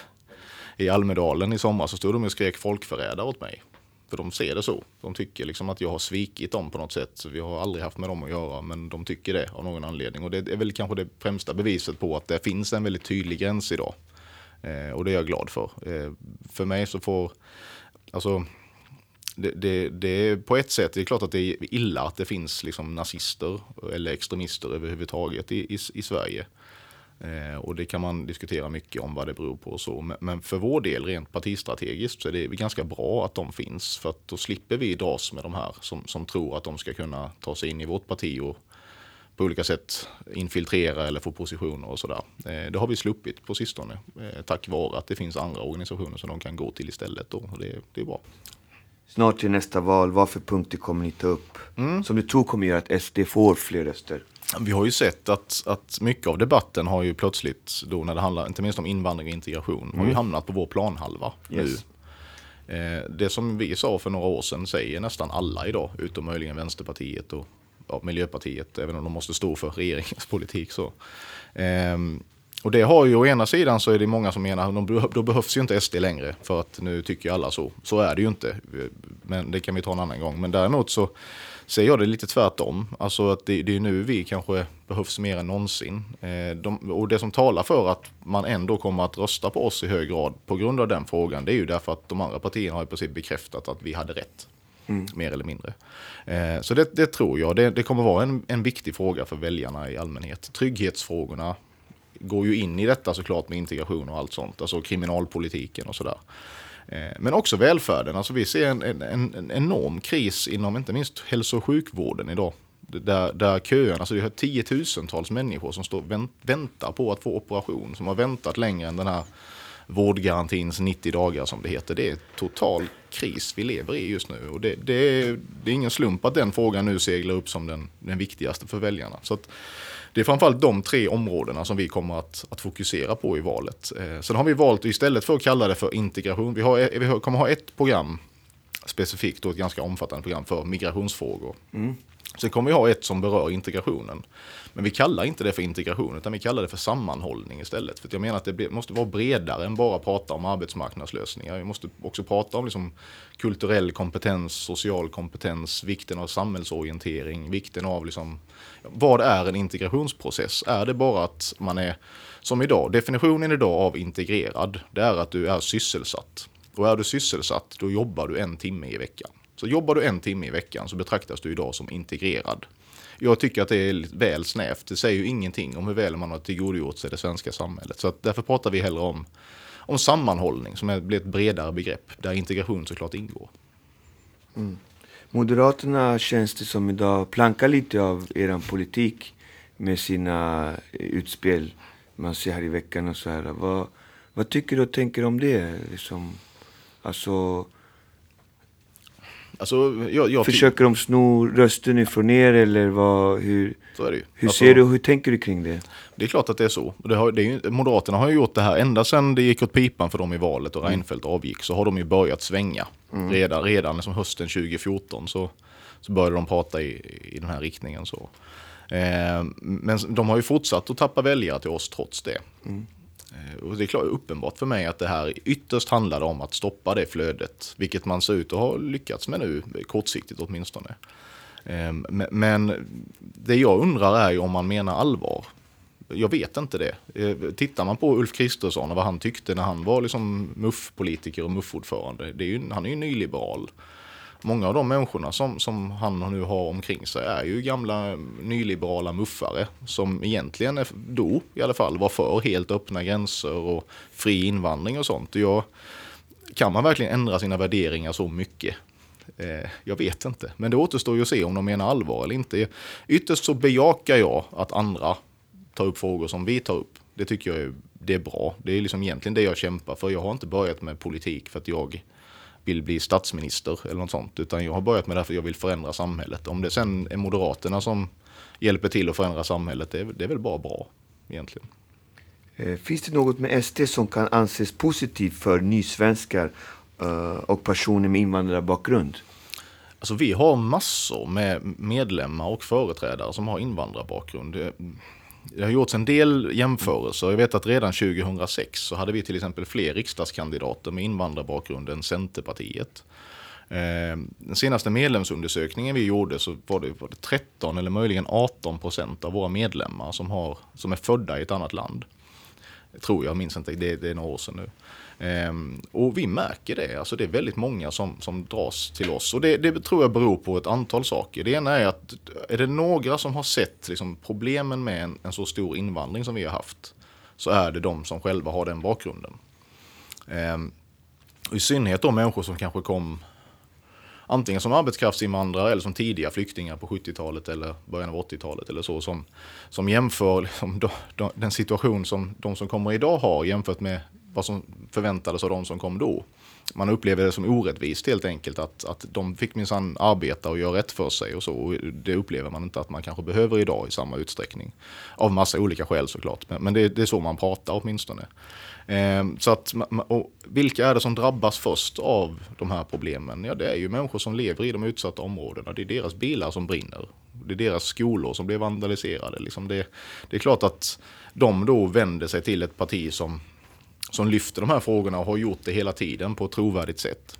I Almedalen i sommar så stod de och skrek folkförrädare åt mig. För de ser det så. De tycker liksom att jag har svikit dem på något sätt. Så vi har aldrig haft med dem att göra. Men de tycker det av någon anledning. Och det är väl kanske det främsta beviset på att det finns en väldigt tydlig gräns idag. Eh, och det är jag glad för. Eh, för mig så får... Alltså... Det, det, det är på ett sätt, det är klart att det är illa att det finns liksom nazister eller extremister överhuvudtaget i, i, i Sverige. Eh, och det kan man diskutera mycket om vad det beror på och så. Men, men för vår del, rent partistrategiskt, så är det ganska bra att de finns. För att då slipper vi dras med de här som, som tror att de ska kunna ta sig in i vårt parti och på olika sätt infiltrera eller få positioner och sådär. Eh, det har vi sluppit på sistone. Eh, tack vare att det finns andra organisationer som de kan gå till istället. Då. Det, det är bra. Snart till nästa val, vad för punkter kommer ni ta upp? Mm. Som du tror kommer göra att S D får fler röster? Vi har ju sett att, att mycket av debatten har ju plötsligt, då när det handlar inte minst om invandring och integration, mm. har ju hamnat på vår planhalva yes. nu. Eh, det som vi sa för några år sedan säger nästan alla idag, utom möjligen Vänsterpartiet och ja, Miljöpartiet, även om de måste stå för regeringens politik. Så. Eh, och det har ju å ena sidan så är det många som menar att då behövs ju inte S D längre för att nu tycker alla så. Så är det ju inte, men det kan vi ta en annan gång. Men däremot så säger jag det lite tvärtom. Alltså att det, det är nu vi kanske behövs mer än någonsin. Eh, de, och det som talar för att man ändå kommer att rösta på oss i hög grad på grund av den frågan, det är ju därför att de andra partierna har i princip bekräftat att vi hade rätt. Mm. Mer eller mindre. Eh, så det, det tror jag. Det, det kommer vara en, en viktig fråga för väljarna i allmänhet. Trygghetsfrågorna går ju in i detta såklart med integration och allt sånt, alltså kriminalpolitiken och sådär. Men också välfärden, alltså vi ser en, en, en enorm kris inom inte minst hälso- och sjukvården idag. Där, där köerna, alltså det är tiotusentals människor som står vänt, väntar på att få operation, som har väntat längre än den här vårdgarantins nittio dagar som det heter. Det är total kris vi lever i just nu, och det, det, är, det är ingen slump att den frågan nu seglar upp som den, den viktigaste för väljarna. Så att det är framförallt de tre områdena som vi kommer att, att fokusera på i valet. Eh, sen har vi valt istället för att kalla det för integration, vi, har, vi kommer ha ett program specifikt och ett ganska omfattande program för migrationsfrågor. Mm. Sen kommer vi ha ett som berör integrationen. Men vi kallar inte det för integration, utan vi kallar det för sammanhållning istället. För jag menar att det måste vara bredare än bara prata om arbetsmarknadslösningar. Vi måste också prata om liksom kulturell kompetens, social kompetens, vikten av samhällsorientering, vikten av liksom, vad är en integrationsprocess? Är det bara att man är, som idag, definitionen idag av integrerad, det är att du är sysselsatt. Och är du sysselsatt, då jobbar du en timme i veckan. Så jobbar du en timme i veckan så betraktas du idag som integrerad. Jag tycker att det är väl snävt. Det säger ju ingenting om hur väl man har tillgodogjort sig det svenska samhället. Så att därför pratar vi hellre om, om sammanhållning som är, blir ett bredare begrepp där integration såklart ingår. Mm. Moderaterna känns det som idag plankar lite av er politik med sina utspel man ser här i veckan och så här. Vad, vad tycker du och tänker om det? Liksom, alltså... Alltså, jag, jag Försöker de sno rösten ifrån er eller vad, hur, så är det ju. Hur alltså, ser du, hur tänker du kring det? Det är klart att det är så. Det har, det är ju, Moderaterna har ju gjort det här ända sedan det gick åt pipan för dem i valet och mm. Reinfeldt avgick, så har de ju börjat svänga. Mm. Redan, redan liksom hösten tjugo fjorton så, så började de prata i, i den här riktningen. Så. Eh, men de har ju fortsatt att tappa väljare till oss trots det. Mm. Och det är klart, uppenbart för mig att det här ytterst handlar om att stoppa det flödet, vilket man ser ut att ha lyckats med nu, kortsiktigt åtminstone. Men det jag undrar är ju om man menar allvar. Jag vet inte det. Tittar man på Ulf Kristersson och vad han tyckte när han var liksom M U F-politiker och M U F-ordförande, det är ju, han är ju nyliberal. Många av de människorna som, som han nu har omkring sig är ju gamla nyliberala muffare som egentligen är, då i alla fall var för helt öppna gränser och fri invandring och sånt. Och jag, kan man verkligen ändra sina värderingar så mycket? Eh, jag vet inte. Men det återstår ju att se om de menar allvar eller inte. Ytterst så bejakar jag att andra tar upp frågor som vi tar upp. Det tycker jag är, det är bra. Det är liksom egentligen det jag kämpar för. Jag har inte börjat med politik för att jag vill bli statsminister eller något sånt, utan jag har börjat med det för att jag vill förändra samhället. Om det sen är Moderaterna som hjälper till att förändra samhället, det är, det är väl bara bra egentligen. Eh, finns det något med S D som kan anses positivt för nysvenskar uh, och personer med invandrarbakgrund? Alltså vi har massor med medlemmar och företrädare som har invandrarbakgrund. Det, det har gjorts en del jämförelser. Jag vet att redan tjugohundrasex så hade vi till exempel fler riksdagskandidater med invandrarbakgrund än Centerpartiet. Den senaste medlemsundersökningen vi gjorde så var det, var det tretton eller möjligen arton procent av våra medlemmar som, har, som är födda i ett annat land. Jag tror jag, minns inte, det, det är några år sedan nu. Um, och vi märker det, alltså det är väldigt många som, som dras till oss, och det, det tror jag beror på ett antal saker. Det ena är att är det några som har sett liksom, problemen med en, en så stor invandring som vi har haft, så är det de som själva har den bakgrunden. Um, och i synnerhet de människor som kanske kom antingen som arbetskraftsinvandrare eller som tidiga flyktingar på sjuttiotalet eller början av åttiotalet eller så, som, som jämför liksom, do, do, den situation som de som kommer idag har jämfört med vad som förväntades av de som kom då. Man upplever det som orättvist helt enkelt att, att de fick minsann arbeta och göra rätt för sig och så. Och det upplever man inte att man kanske behöver idag i samma utsträckning. Av massa olika skäl såklart. Men, men det, det är så man pratar åtminstone. Eh, så att, och vilka är det som drabbas först av de här problemen? Ja, det är ju människor som lever i de utsatta områdena. Det är deras bilar som brinner. Det är deras skolor som blir vandaliserade. Liksom det, det är klart att de då vänder sig till ett parti som som lyfter de här frågorna och har gjort det hela tiden på ett trovärdigt sätt.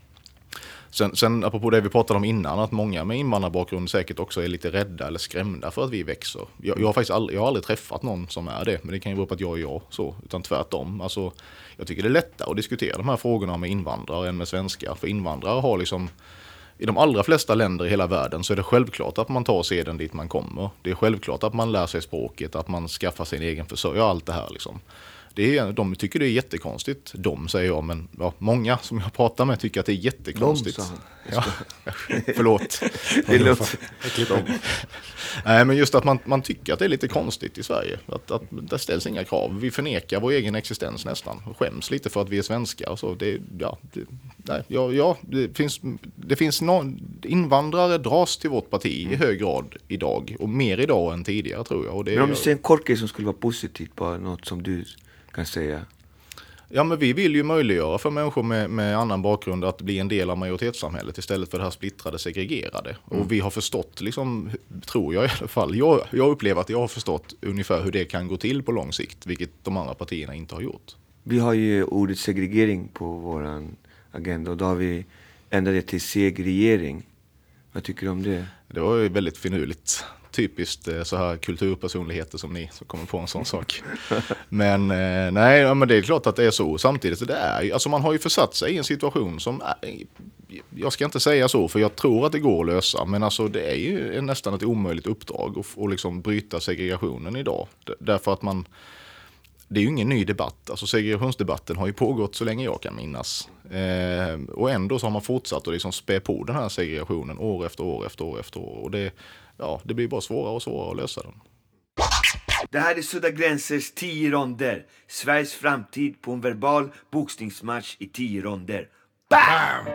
Sen, sen apropå det vi pratade om innan, att många med invandrarbakgrund säkert också är lite rädda eller skrämda för att vi växer. Jag, jag har faktiskt aldrig, jag har aldrig träffat någon som är det, men det kan ju vara på att jag är jag, så, utan tvärtom. Alltså, jag tycker det är lättare att diskutera de här frågorna med invandrare än med svenskar, för invandrare har liksom i de allra flesta länder i hela världen så är det självklart att man tar seden dit man kommer. Det är självklart att man lär sig språket, att man skaffar sin egen försörjning och allt det här liksom. Det är, de tycker det är jättekonstigt. De säger jag, men ja, många som jag pratar med tycker att det är jättekonstigt. De, ja, förlåt. Det låter... Nej, men just att man, man tycker att det är lite konstigt i Sverige. Att, att det ställs inga krav. Vi förnekar vår egen existens nästan. Och skäms lite för att vi är svenskar. Och så. Det, ja, det, nej, ja, ja, det finns, det finns någon, invandrare dras till vårt parti mm. i hög grad idag. Och mer idag än tidigare tror jag. Och det, men om du säger en kort grej som skulle vara positivt, bara något som du kan säga. Ja, men vi vill ju möjliggöra för människor med, med annan bakgrund att bli en del av majoritetssamhället istället för det här splittrade, segregerade. Mm. Och vi har förstått, liksom, tror jag i alla fall, jag, jag upplever att jag har förstått ungefär hur det kan gå till på lång sikt, vilket de andra partierna inte har gjort. Vi har ju ordet segregering på vår agenda och då har vi ändrat det till segregering. Vad tycker du om det? Det var ju väldigt finurligt. Typiskt så här kulturpersonligheter som ni som kommer på en sån sak. Men eh, nej, ja, men det är klart att det är så. Samtidigt så det är ju, alltså man har ju försatt sig i en situation som är, jag ska inte säga så för jag tror att det går att lösa, men alltså det är ju nästan ett omöjligt uppdrag att, att liksom bryta segregationen idag. Därför att man, det är ju ingen ny debatt. Alltså segregationsdebatten har ju pågått så länge jag kan minnas. Eh, och ändå så har man fortsatt att liksom spä på den här segregationen år efter år efter år efter år. Och det, ja, det blir bara svårare och svårare att lösa den. Det här är Sudda Gränsers tio ronder. Sveriges framtid på en verbal boxningsmatch i tio ronder. Bam!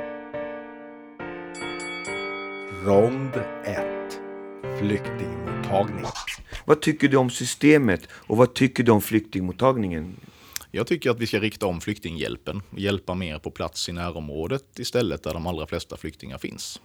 Rond ett. Flyktingmottagning. Vad tycker du om systemet och vad tycker du om flyktingmottagningen? Jag tycker att vi ska rikta om flyktinghjälpen och hjälpa mer på plats i närområdet istället där de allra flesta flyktingar finns.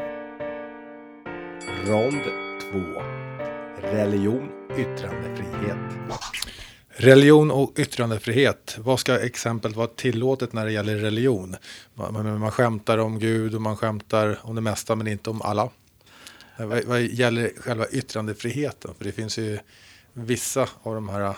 Rond två. Religion, yttrandefrihet. Religion och yttrandefrihet. Vad ska exempel vara tillåtet när det gäller religion? Man, man skämtar om Gud och man skämtar om det mesta men inte om alla. Vad, vad gäller själva yttrandefriheten? För det finns ju vissa av de här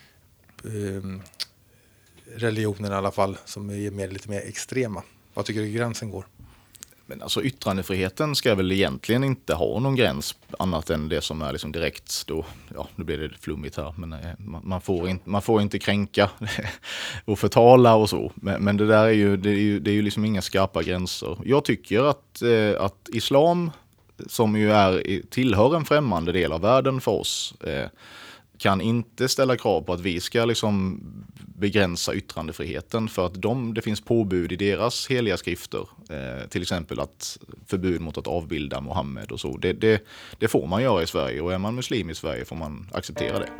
um, religionerna i alla fall som är mer, lite mer extrema. Vad tycker du gränsen går? Men alltså yttrandefriheten ska väl egentligen inte ha någon gräns annat än det som är liksom direkt då, ja nu blir det flummigt här, men man får inte, man får inte kränka och förtala och så, men, men det där är ju, det är ju, det är ju liksom inga skarpa gränser. Jag tycker att, eh, att islam som ju är, tillhör en främmande del av världen för oss eh, kan inte ställa krav på att vi ska liksom begränsa yttrandefriheten för att de, det finns påbud i deras heliga skrifter. Eh, till exempel att förbud mot att avbilda Mohammed och så. Det, det, det får man göra i Sverige och är man muslim i Sverige får man acceptera det.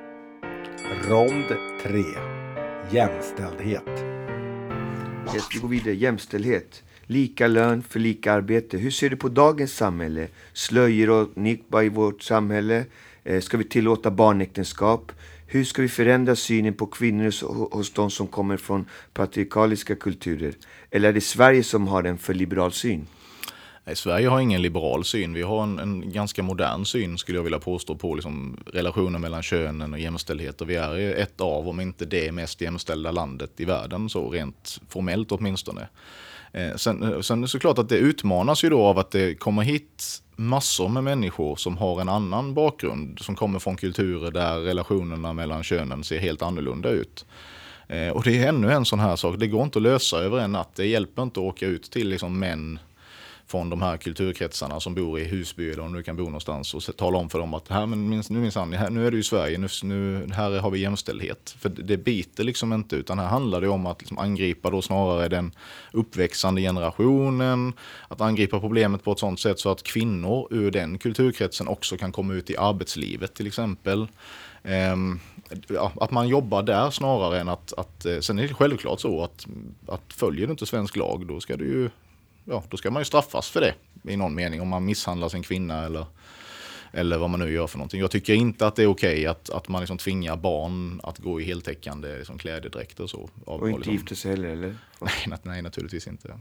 Rond tre. Jämställdhet. Yes, vi går vidare. Jämställdhet. Lika lön för lika arbete. Hur ser du på dagens samhälle? Slöjor och nikba i vårt samhälle. Ska vi tillåta barnäktenskap? Hur ska vi förändra synen på kvinnor hos de som kommer från patriarkaliska kulturer? Eller är det Sverige som har en för liberal syn? Nej, Sverige har ingen liberal syn. Vi har en, en ganska modern syn skulle jag vilja påstå på liksom, relationer mellan könen och jämställdhet. Och vi är ett av, om inte det mest jämställda landet i världen, så rent formellt åtminstone. Eh, sen, sen är det såklart att det utmanas ju då av att det kommer hit massor med människor som har en annan bakgrund, som kommer från kulturer där relationerna mellan könen ser helt annorlunda ut. Eh, och det är ännu en sån här sak, det går inte att lösa över en natt. Det hjälper inte att åka ut till liksom män från de här kulturkretsarna som bor i Husby eller om du kan bo någonstans och tala om för dem att här, men minst, nu, minst, här, nu är du i Sverige, nu, nu, här har vi jämställdhet. För det biter liksom inte, utan här handlar det om att liksom angripa då snarare den uppväxande generationen, att angripa problemet på ett sånt sätt så att kvinnor ur den kulturkretsen också kan komma ut i arbetslivet till exempel. Um, ja, att man jobbar där snarare än att, att sen är det självklart så att, att följer du inte svensk lag då ska du ju Ja, då ska man ju straffas för det i någon mening om man misshandlar sin kvinna eller, eller vad man nu gör för någonting. Jag tycker inte att det är okej att, att man liksom tvingar barn att gå i heltäckande liksom klädedräkt och så. Och inte liksom gifta sig heller, eller? Nej, nej, naturligtvis inte.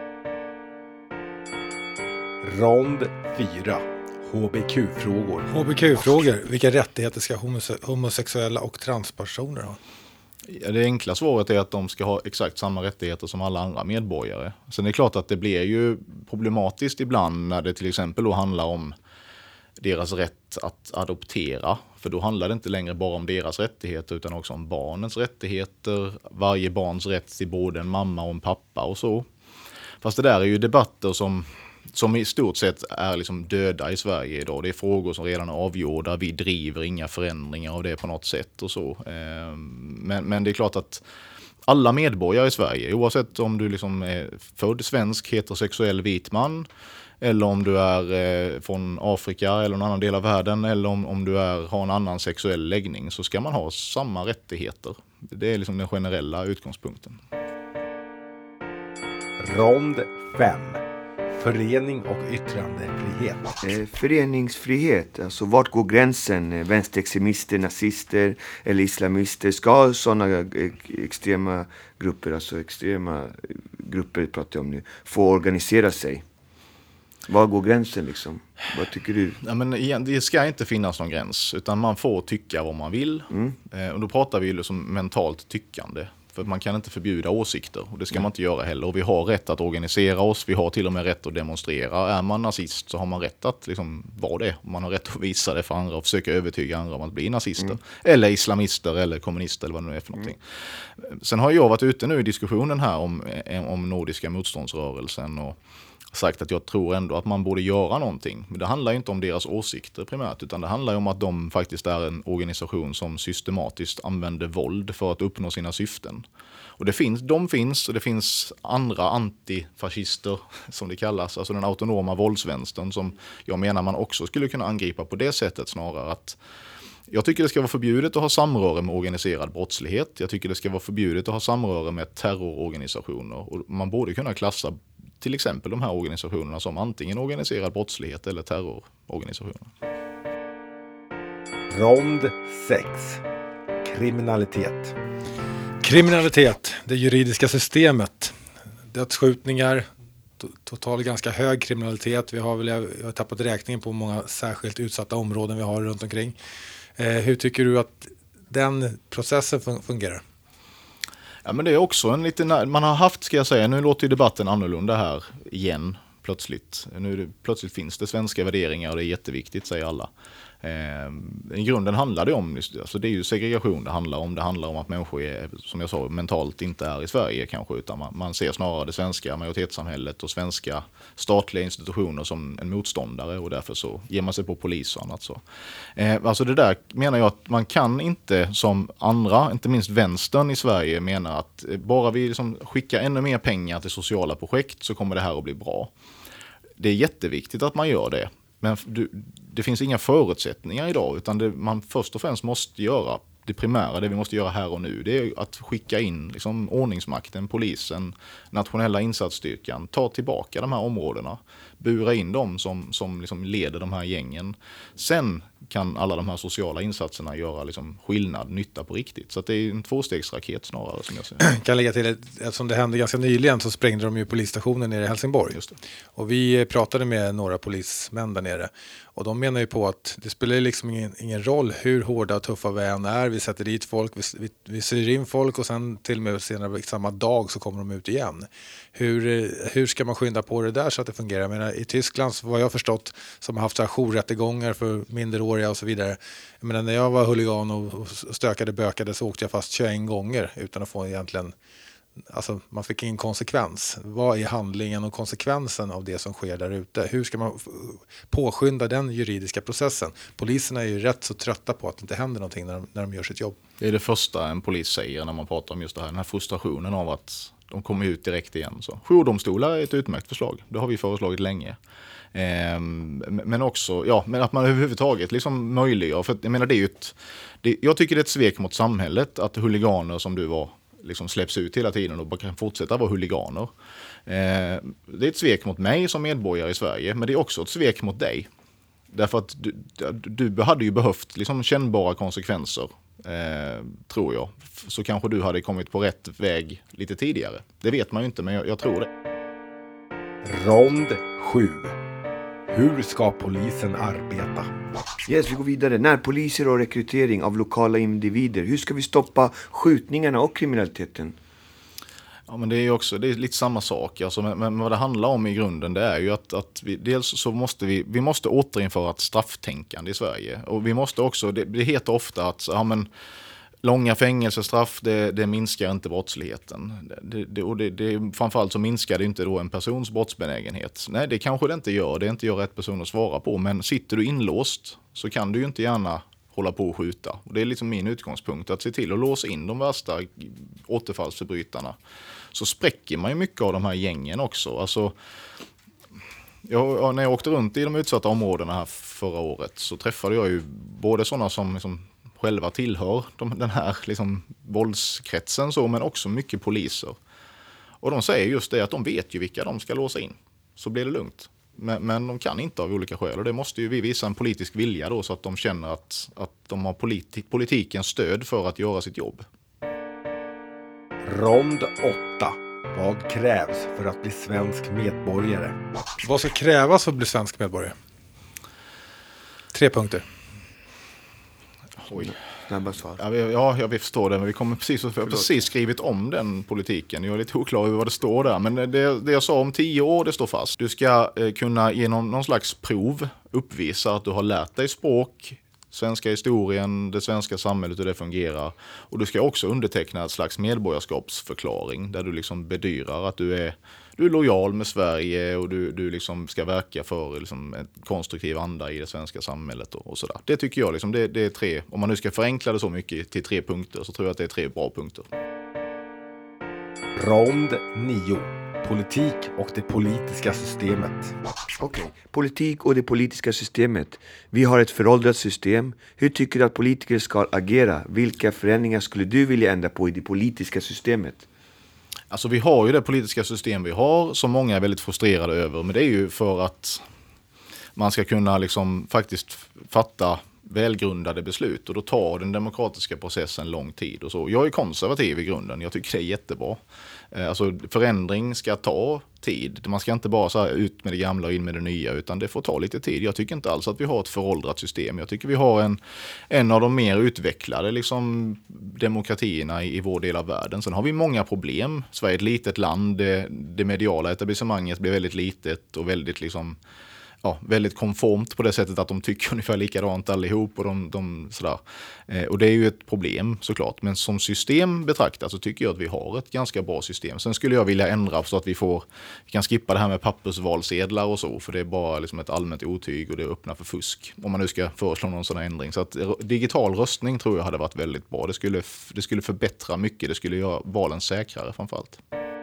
Rond fyra. H B Q-frågor. H B Q-frågor. Vilka rättigheter ska homose- homosexuella och transpersoner ha? Ja, det enkla svaret är att de ska ha exakt samma rättigheter som alla andra medborgare. Sen är det klart att det blir ju problematiskt ibland när det till exempel då handlar om deras rätt att adoptera. För då handlar det inte längre bara om deras rättigheter utan också om barnens rättigheter. Varje barns rätt till både en mamma och en pappa och så. Fast det där är ju debatter som, som i stort sett är liksom döda i Sverige idag. Det är frågor som redan är avgjorda. Vi driver inga förändringar av det på något sätt och så. Men, men det är klart att alla medborgare i Sverige, oavsett om du liksom är född svensk, heterosexuell, vit man, eller om du är eh, från Afrika eller någon annan del av världen, eller om, om du är, har en annan sexuell läggning, så ska man ha samma rättigheter. Det är liksom den generella utgångspunkten. Rond fem. Förening och yttrandefrihet. Eh, föreningsfrihet, alltså vart går gränsen? Eh, Vänsterextremister, nazister eller islamister, ska sådana eh, extrema grupper, alltså extrema grupper pratar jag om nu, få organisera sig? Var går gränsen liksom? Vad tycker du? Ja, men igen, det ska inte finnas någon gräns, utan man får tycka vad man vill. Mm. Eh, och då pratar vi ju liksom mentalt tyckande. För man kan inte förbjuda åsikter, och det ska mm. man inte göra heller. Och vi har rätt att organisera oss, vi har till och med rätt att demonstrera. Är man nazist så har man rätt att liksom vara det. Man har rätt att visa det för andra och försöka övertyga andra om att bli nazister. Mm. Eller islamister eller kommunister eller vad det nu är för någonting. Mm. Sen har jag varit ute nu i diskussionen här om, om Nordiska motståndsrörelsen och sagt att jag tror ändå att man borde göra någonting. Men det handlar ju inte om deras åsikter primärt, utan det handlar ju om att de faktiskt är en organisation som systematiskt använder våld för att uppnå sina syften. Och det finns, de finns, och det finns andra antifascister som det kallas, alltså den autonoma våldsvänstern, som jag menar man också skulle kunna angripa på det sättet snarare. Att jag tycker det ska vara förbjudet att ha samröre med organiserad brottslighet. Jag tycker det ska vara förbjudet att ha samröre med terrororganisationer. Och man borde kunna klassa till exempel de här organisationerna som antingen organiserad brottslighet eller terrororganisationer. Rond sex. Kriminalitet. Kriminalitet, det juridiska systemet. Dödsskjutningar, totalt ganska hög kriminalitet. Vi har väl jag har tappat räkningen på många särskilt utsatta områden vi har runt omkring. Eh, hur tycker du att den processen fungerar? Ja, men det är också en liten, man har haft, ska jag säga, nu låter ju debatten annorlunda här igen plötsligt. Nu det, plötsligt finns det svenska värderingar och det är jätteviktigt, säger alla. Eh, I grunden handlar det om, alltså det är ju segregation det handlar om. Det handlar om att människor är, som jag sa, mentalt inte är i Sverige kanske, utan man, man ser snarare det svenska majoritetssamhället och svenska statliga institutioner som en motståndare, och därför så ger man sig på polis och annat så. Eh, alltså det där menar jag att man kan inte, som andra, inte minst vänstern i Sverige, menar att bara vi liksom skickar ännu mer pengar till sociala projekt så kommer det här att bli bra. Det är jätteviktigt att man gör det. Men du, det finns inga förutsättningar idag, utan det man först och främst måste göra, det primära, det vi måste göra här och nu, det är att skicka in liksom ordningsmakten, polisen, nationella insatsstyrkan, ta tillbaka de här områdena, bura in dem som, som liksom leder de här gängen. Sen kan alla de här sociala insatserna göra liksom skillnad, nytta på riktigt. Så att det är en tvåstegsraket snarare, som jag säger. Kan lägga till, eftersom det hände ganska nyligen så sprängde de ju polisstationen nere i Helsingborg. Just det. Och vi pratade med några polismän där nere. Och de menar ju på att det spelar liksom ingen, ingen roll hur hårda och tuffa vi än är. Vi sätter dit folk, vi, vi, vi syr in folk och sen till och med senare samma dag så kommer de ut igen. Hur, hur ska man skynda på det där så att det fungerar? Jag menar, i Tyskland, vad jag har förstått, som har haft så här jourrättegångar för minderåriga och så vidare. Jag menar, när jag var huligan och stökade bökade så åkte jag fast tjugoen gånger utan att få egentligen, alltså man fick ingen konsekvens. Vad är handlingen och konsekvensen av det som sker där ute? Hur ska man påskynda den juridiska processen? Poliserna är ju rätt så trötta på att det inte händer någonting när de, när de gör sitt jobb. Det är det första en polis säger när man pratar om just det här, den här frustrationen av att de kommer ut direkt igen. Så. Jourdomstolar är ett utmärkt förslag. Det har vi föreslagit länge. Ehm, men också, ja, men att man överhuvudtaget liksom möjliggör. För jag menar, det är ju ett, det, jag tycker det är ett svek mot samhället att huliganer som du var liksom släpps ut hela tiden och bara kan fortsätta vara huliganer. Ehm, det är ett svek mot mig som medborgare i Sverige, men det är också ett svek mot dig. Därför att du, du hade ju behövt liksom kännbara konsekvenser. Eh, tror jag. Så kanske du hade kommit på rätt väg lite tidigare. Det vet man ju inte, men jag, jag tror det. Rond sju. Hur ska polisen arbeta? Yes, vi går vidare. Närpoliser och rekrytering av lokala individer. Hur ska vi stoppa skjutningarna och kriminaliteten? Ja, men det är ju också det är lite samma sak. Alltså, men, men vad det handlar om i grunden, det är ju att, att vi, dels så måste vi, vi måste återinföra ett strafftänkande i Sverige. Och vi måste också, det, det heter ofta att ja, men, långa fängelsestraff, det, det minskar inte brottsligheten. Det, det, och det, det, framförallt så minskar det inte då en persons brottsbenägenhet. Nej, det kanske det inte gör. Det är inte jag rätt person att svara på. Men sitter du inlåst så kan du ju inte gärna hålla på och skjuta. Och det är liksom min utgångspunkt, att se till att låsa in de värsta återfallsförbrytarna. Så spräcker man ju mycket av de här gängen också. Alltså, jag, när jag åkte runt i de utsatta områdena här förra året så träffade jag ju både sådana som liksom själva tillhör de, den här liksom våldskretsen så, men också mycket poliser. Och de säger just det att de vet ju vilka de ska låsa in. Så blir det lugnt. Men, men de kan inte av olika skäl. Och det måste ju vi visa en politisk vilja då, så att de känner att, att de har politi- politikens stöd för att göra sitt jobb. Rond åtta. Vad krävs för att bli svensk medborgare? Vad ska krävas för att bli svensk medborgare? Tre punkter. Oj. Snabba svar. Ja, vi, ja, jag förstår det, men vi kommer precis, jag har precis skrivit om den politiken. Jag är lite oklar över vad det står där, men det, det jag sa om tio år, det står fast. Du ska eh, kunna genom någon slags prov uppvisa att du har lärt dig språk, svenska historien, det svenska samhället, hur det fungerar. Och du ska också underteckna ett slags medborgarskapsförklaring där du liksom bedyrar att du är, du är lojal med Sverige och du, du liksom ska verka för liksom en konstruktiv anda i det svenska samhället och, och sådär. Det tycker jag liksom, det, det är tre, om man nu ska förenkla det så mycket till tre punkter, så tror jag att det är tre bra punkter. Rond nio. Politik och det politiska systemet. Okej, okay. Politik och det politiska systemet. Vi har ett föråldrat system. Hur tycker du att politiker ska agera? Vilka förändringar skulle du vilja ändra på i det politiska systemet? Alltså vi har ju det politiska system vi har som många är väldigt frustrerade över. Men det är ju för att man ska kunna liksom faktiskt fatta välgrundade beslut. Och då tar den demokratiska processen lång tid. Och så. Jag är konservativ i grunden. Jag tycker det är jättebra. Alltså förändring ska ta tid. Man ska inte bara så här ut med det gamla och in med det nya, utan det får ta lite tid. Jag tycker inte alls att vi har ett föråldrat system. Jag tycker vi har en, en av de mer utvecklade liksom, demokratierna i, i vår del av världen. Sen har vi många problem. Sverige är ett litet land. Det, det mediala etablissemanget blir väldigt litet och väldigt liksom ja, väldigt konformt på det sättet att de tycker ungefär likadant allihop och, de, de, sådär. Eh, och det är ju ett problem såklart, men som system betraktat så tycker jag att vi har ett ganska bra system. Sen skulle jag vilja ändra så att vi får, vi kan skippa det här med pappersvalsedlar och så, för det är bara liksom ett allmänt otyg och det öppnar för fusk om man nu ska föreslå någon sån här ändring. Så att digital röstning tror jag hade varit väldigt bra. Det skulle, det skulle förbättra mycket, det skulle göra valen säkrare framförallt.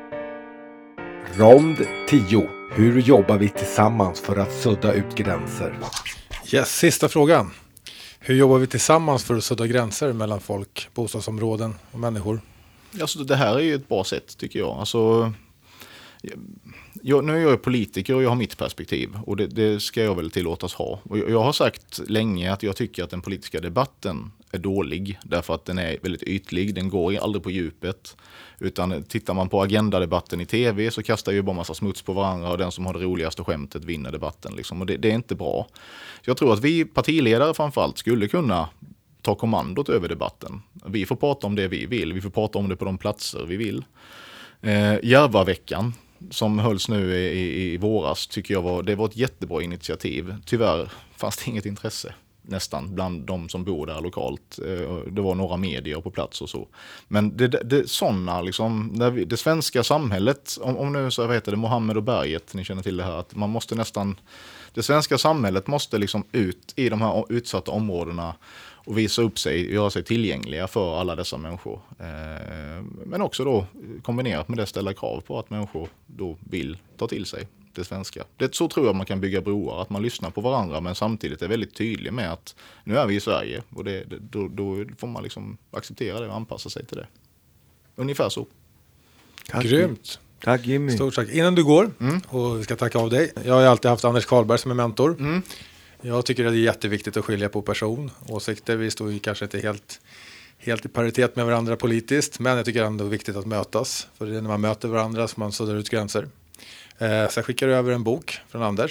Rond tio. Hur jobbar vi tillsammans för att sudda ut gränser? Yes, sista frågan. Hur jobbar vi tillsammans för att sudda gränser mellan folk, bostadsområden och människor? Alltså, det här är ju ett bra sätt tycker jag. Alltså, jag, nu är jag politiker och jag har mitt perspektiv och det, det ska jag väl tillåtas ha. Och jag, jag har sagt länge att jag tycker att den politiska debatten är dålig därför att den är väldigt ytlig, den går aldrig på djupet. Utan tittar man på agendadebatten i tv så kastar ju bara massa smuts på varandra och den som har det roligaste skämtet vinner debatten. Liksom. Och det, det är inte bra. Jag tror att vi partiledare framförallt skulle kunna ta kommandot över debatten. Vi får prata om det vi vill, vi får prata om det på de platser vi vill. Eh, Järvaveckan som hölls nu i, i, i våras tycker jag var, det var ett jättebra initiativ. Tyvärr fanns det inget intresse nästan bland de som bor där lokalt. Det var några medier på plats och så. Men det, det, det sådana liksom, när vi, det svenska samhället, om, om nu så heter det Mohammed och berget, ni känner till det här, att man måste nästan, det svenska samhället måste liksom ut i de här utsatta områdena och visa upp sig, göra sig tillgängliga för alla dessa människor. Eh, men också då kombinerat med det ställa krav på att människor då vill ta till sig det svenska. Det, så tror jag man kan bygga broar, att man lyssnar på varandra men samtidigt är väldigt tydlig med att nu är vi i Sverige och det, då, då får man liksom acceptera det och anpassa sig till det. Ungefär så. Tack. Grymt. Tack Jimmy. Stort tack. Innan du går, mm. och vi ska tacka av dig. Jag har alltid haft Anders Karlberg som är mentor. Mm. Jag tycker att det är jätteviktigt att skilja på person. Åsikter, vi står ju kanske inte helt, helt i paritet med varandra politiskt. Men jag tycker ändå det är viktigt att mötas. För det är när man möter varandra som man suddar ut gränser. Eh, så jag skickar över en bok från Anders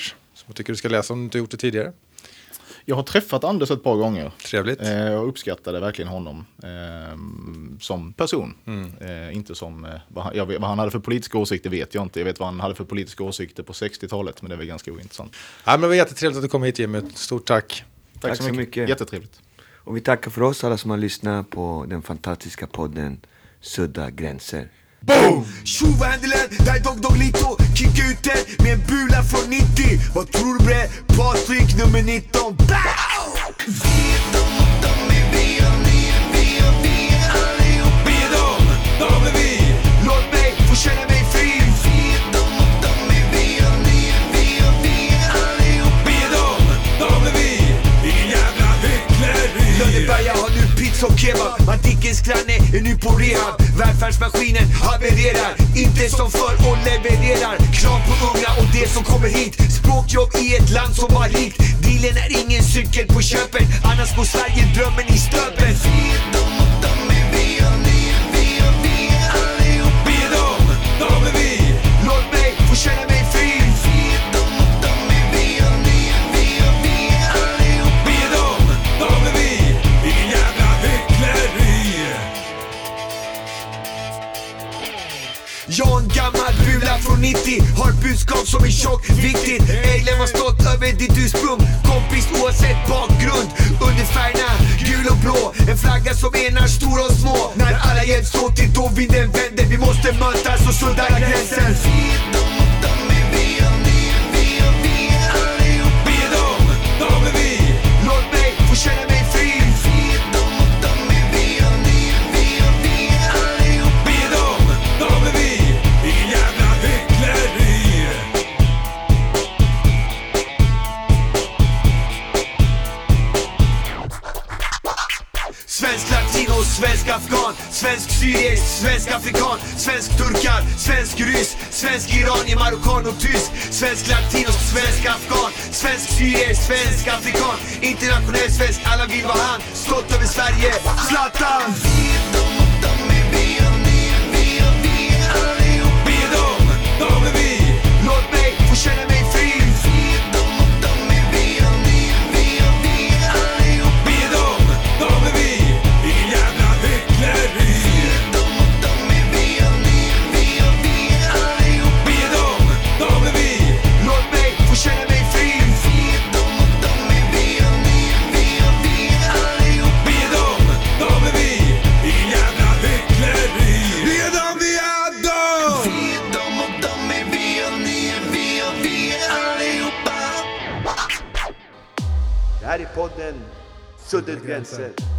Vad tycker du ska läsa om du inte gjort det tidigare? Jag har träffat Anders ett par gånger. Trevligt. Eh, jag uppskattade verkligen honom eh, som person. Mm. Eh, inte som, eh, vad, han, jag vet, vad han hade för politiska åsikter vet jag inte. Jag vet vad han hade för politiska åsikter på sextiotalet, men det är väl ganska ointressant. Ja, men det var jättetrevligt att du kom hit, Jimmy. Stort tack. Tack, Tack så så mycket. mycket. Jättetrevligt. Och vi tackar för oss alla som har lyssnat på den fantastiska podden Sudda gränser. Boom! Tjo, vad händer län? Där är Dog Dog Lito. Kicka ut den med en bula från nittio. Vad tror du bre? Patrik nummer nitton. Bow! Vi är dom och dom är vi och ni är vi och vi är allihop. Vi är dom, dom är vi. Låt mig få känna mig fri. Vi är dom och dom är vi och ni är vi och vi är allihop. Vi är dom, dom är vi. Ingen jävla hyckleri. Lönneberga har nu pizza och kebab. Matickens granne är nu på rehab. Välfärdsmaskinen havererar. Inte som förr och levererar. Krav på unga och det som kommer hit. Språkjobb i ett land som var rikt. Dealen är ingen cykel på köpet. Annars går Sverige drömmen i stöpet. Vi är dom och dom är vi och ni är vi och vi är allihop. Vi är dom, dom är vi. Låt mig få känna mig fri. Vi är dom och dom är vi och ni är vi och vi är allihop. Vi är dom, dom är vi. Ingen jävla hyckleri. Jag en gammal bula från nittio. Har budskap som är tjock, viktigt. Ejlen var stolt över ditt ursprung. Kompis oavsett bakgrund. Under färgerna, gul och blå. En flagga som enar stora och små. När alla hjälps åt till då vinden vänder. Vi måste mötas och sudda gränser. Vi är dom och dom är vi och ni är vi och vi är allihop. Vi är dom, dom är vi. Låt mig få känna mig fri. Vi är dom och dom är vi och ni är vi och vi är allihop. Vi är dom, dom är vi. Ingen jävla hyckleri. Svensk latino, svensk afghan, svensk syrisk, svensk afrikan, svensk turkar, svensk ryss, svensk iranier, marockan och tysk, svensk latino, svensk afghan, svensk syrisk, svensk afrikan, internationell svensk, alla vill vara han, stolt över Sverige, Zlatan! Vi är dom och dom är vi och ni är vi och vi är allihop. Vi är dom, dom är vi. Låt mig få känna mig fri. Vi är dom och dom är vi och ni är vi och vi är allihop. Vi är dom, dom är vi. Ingen jävla hyckleri. Vi är dom och dom är vi och ni är vi och vi är allihop. Vi är dom, dom är vi. Låt mig få känna mig fri. Vi är dom och dom är vi och ni är vi och vi är allihop. Vi är dom, dom är vi. Ingen jävla hyckleri. Vi är dom, vi är dom. Vi är dom och dom är vi och ni är vi och vi är allihopa. Det här är podden Sudda gränser.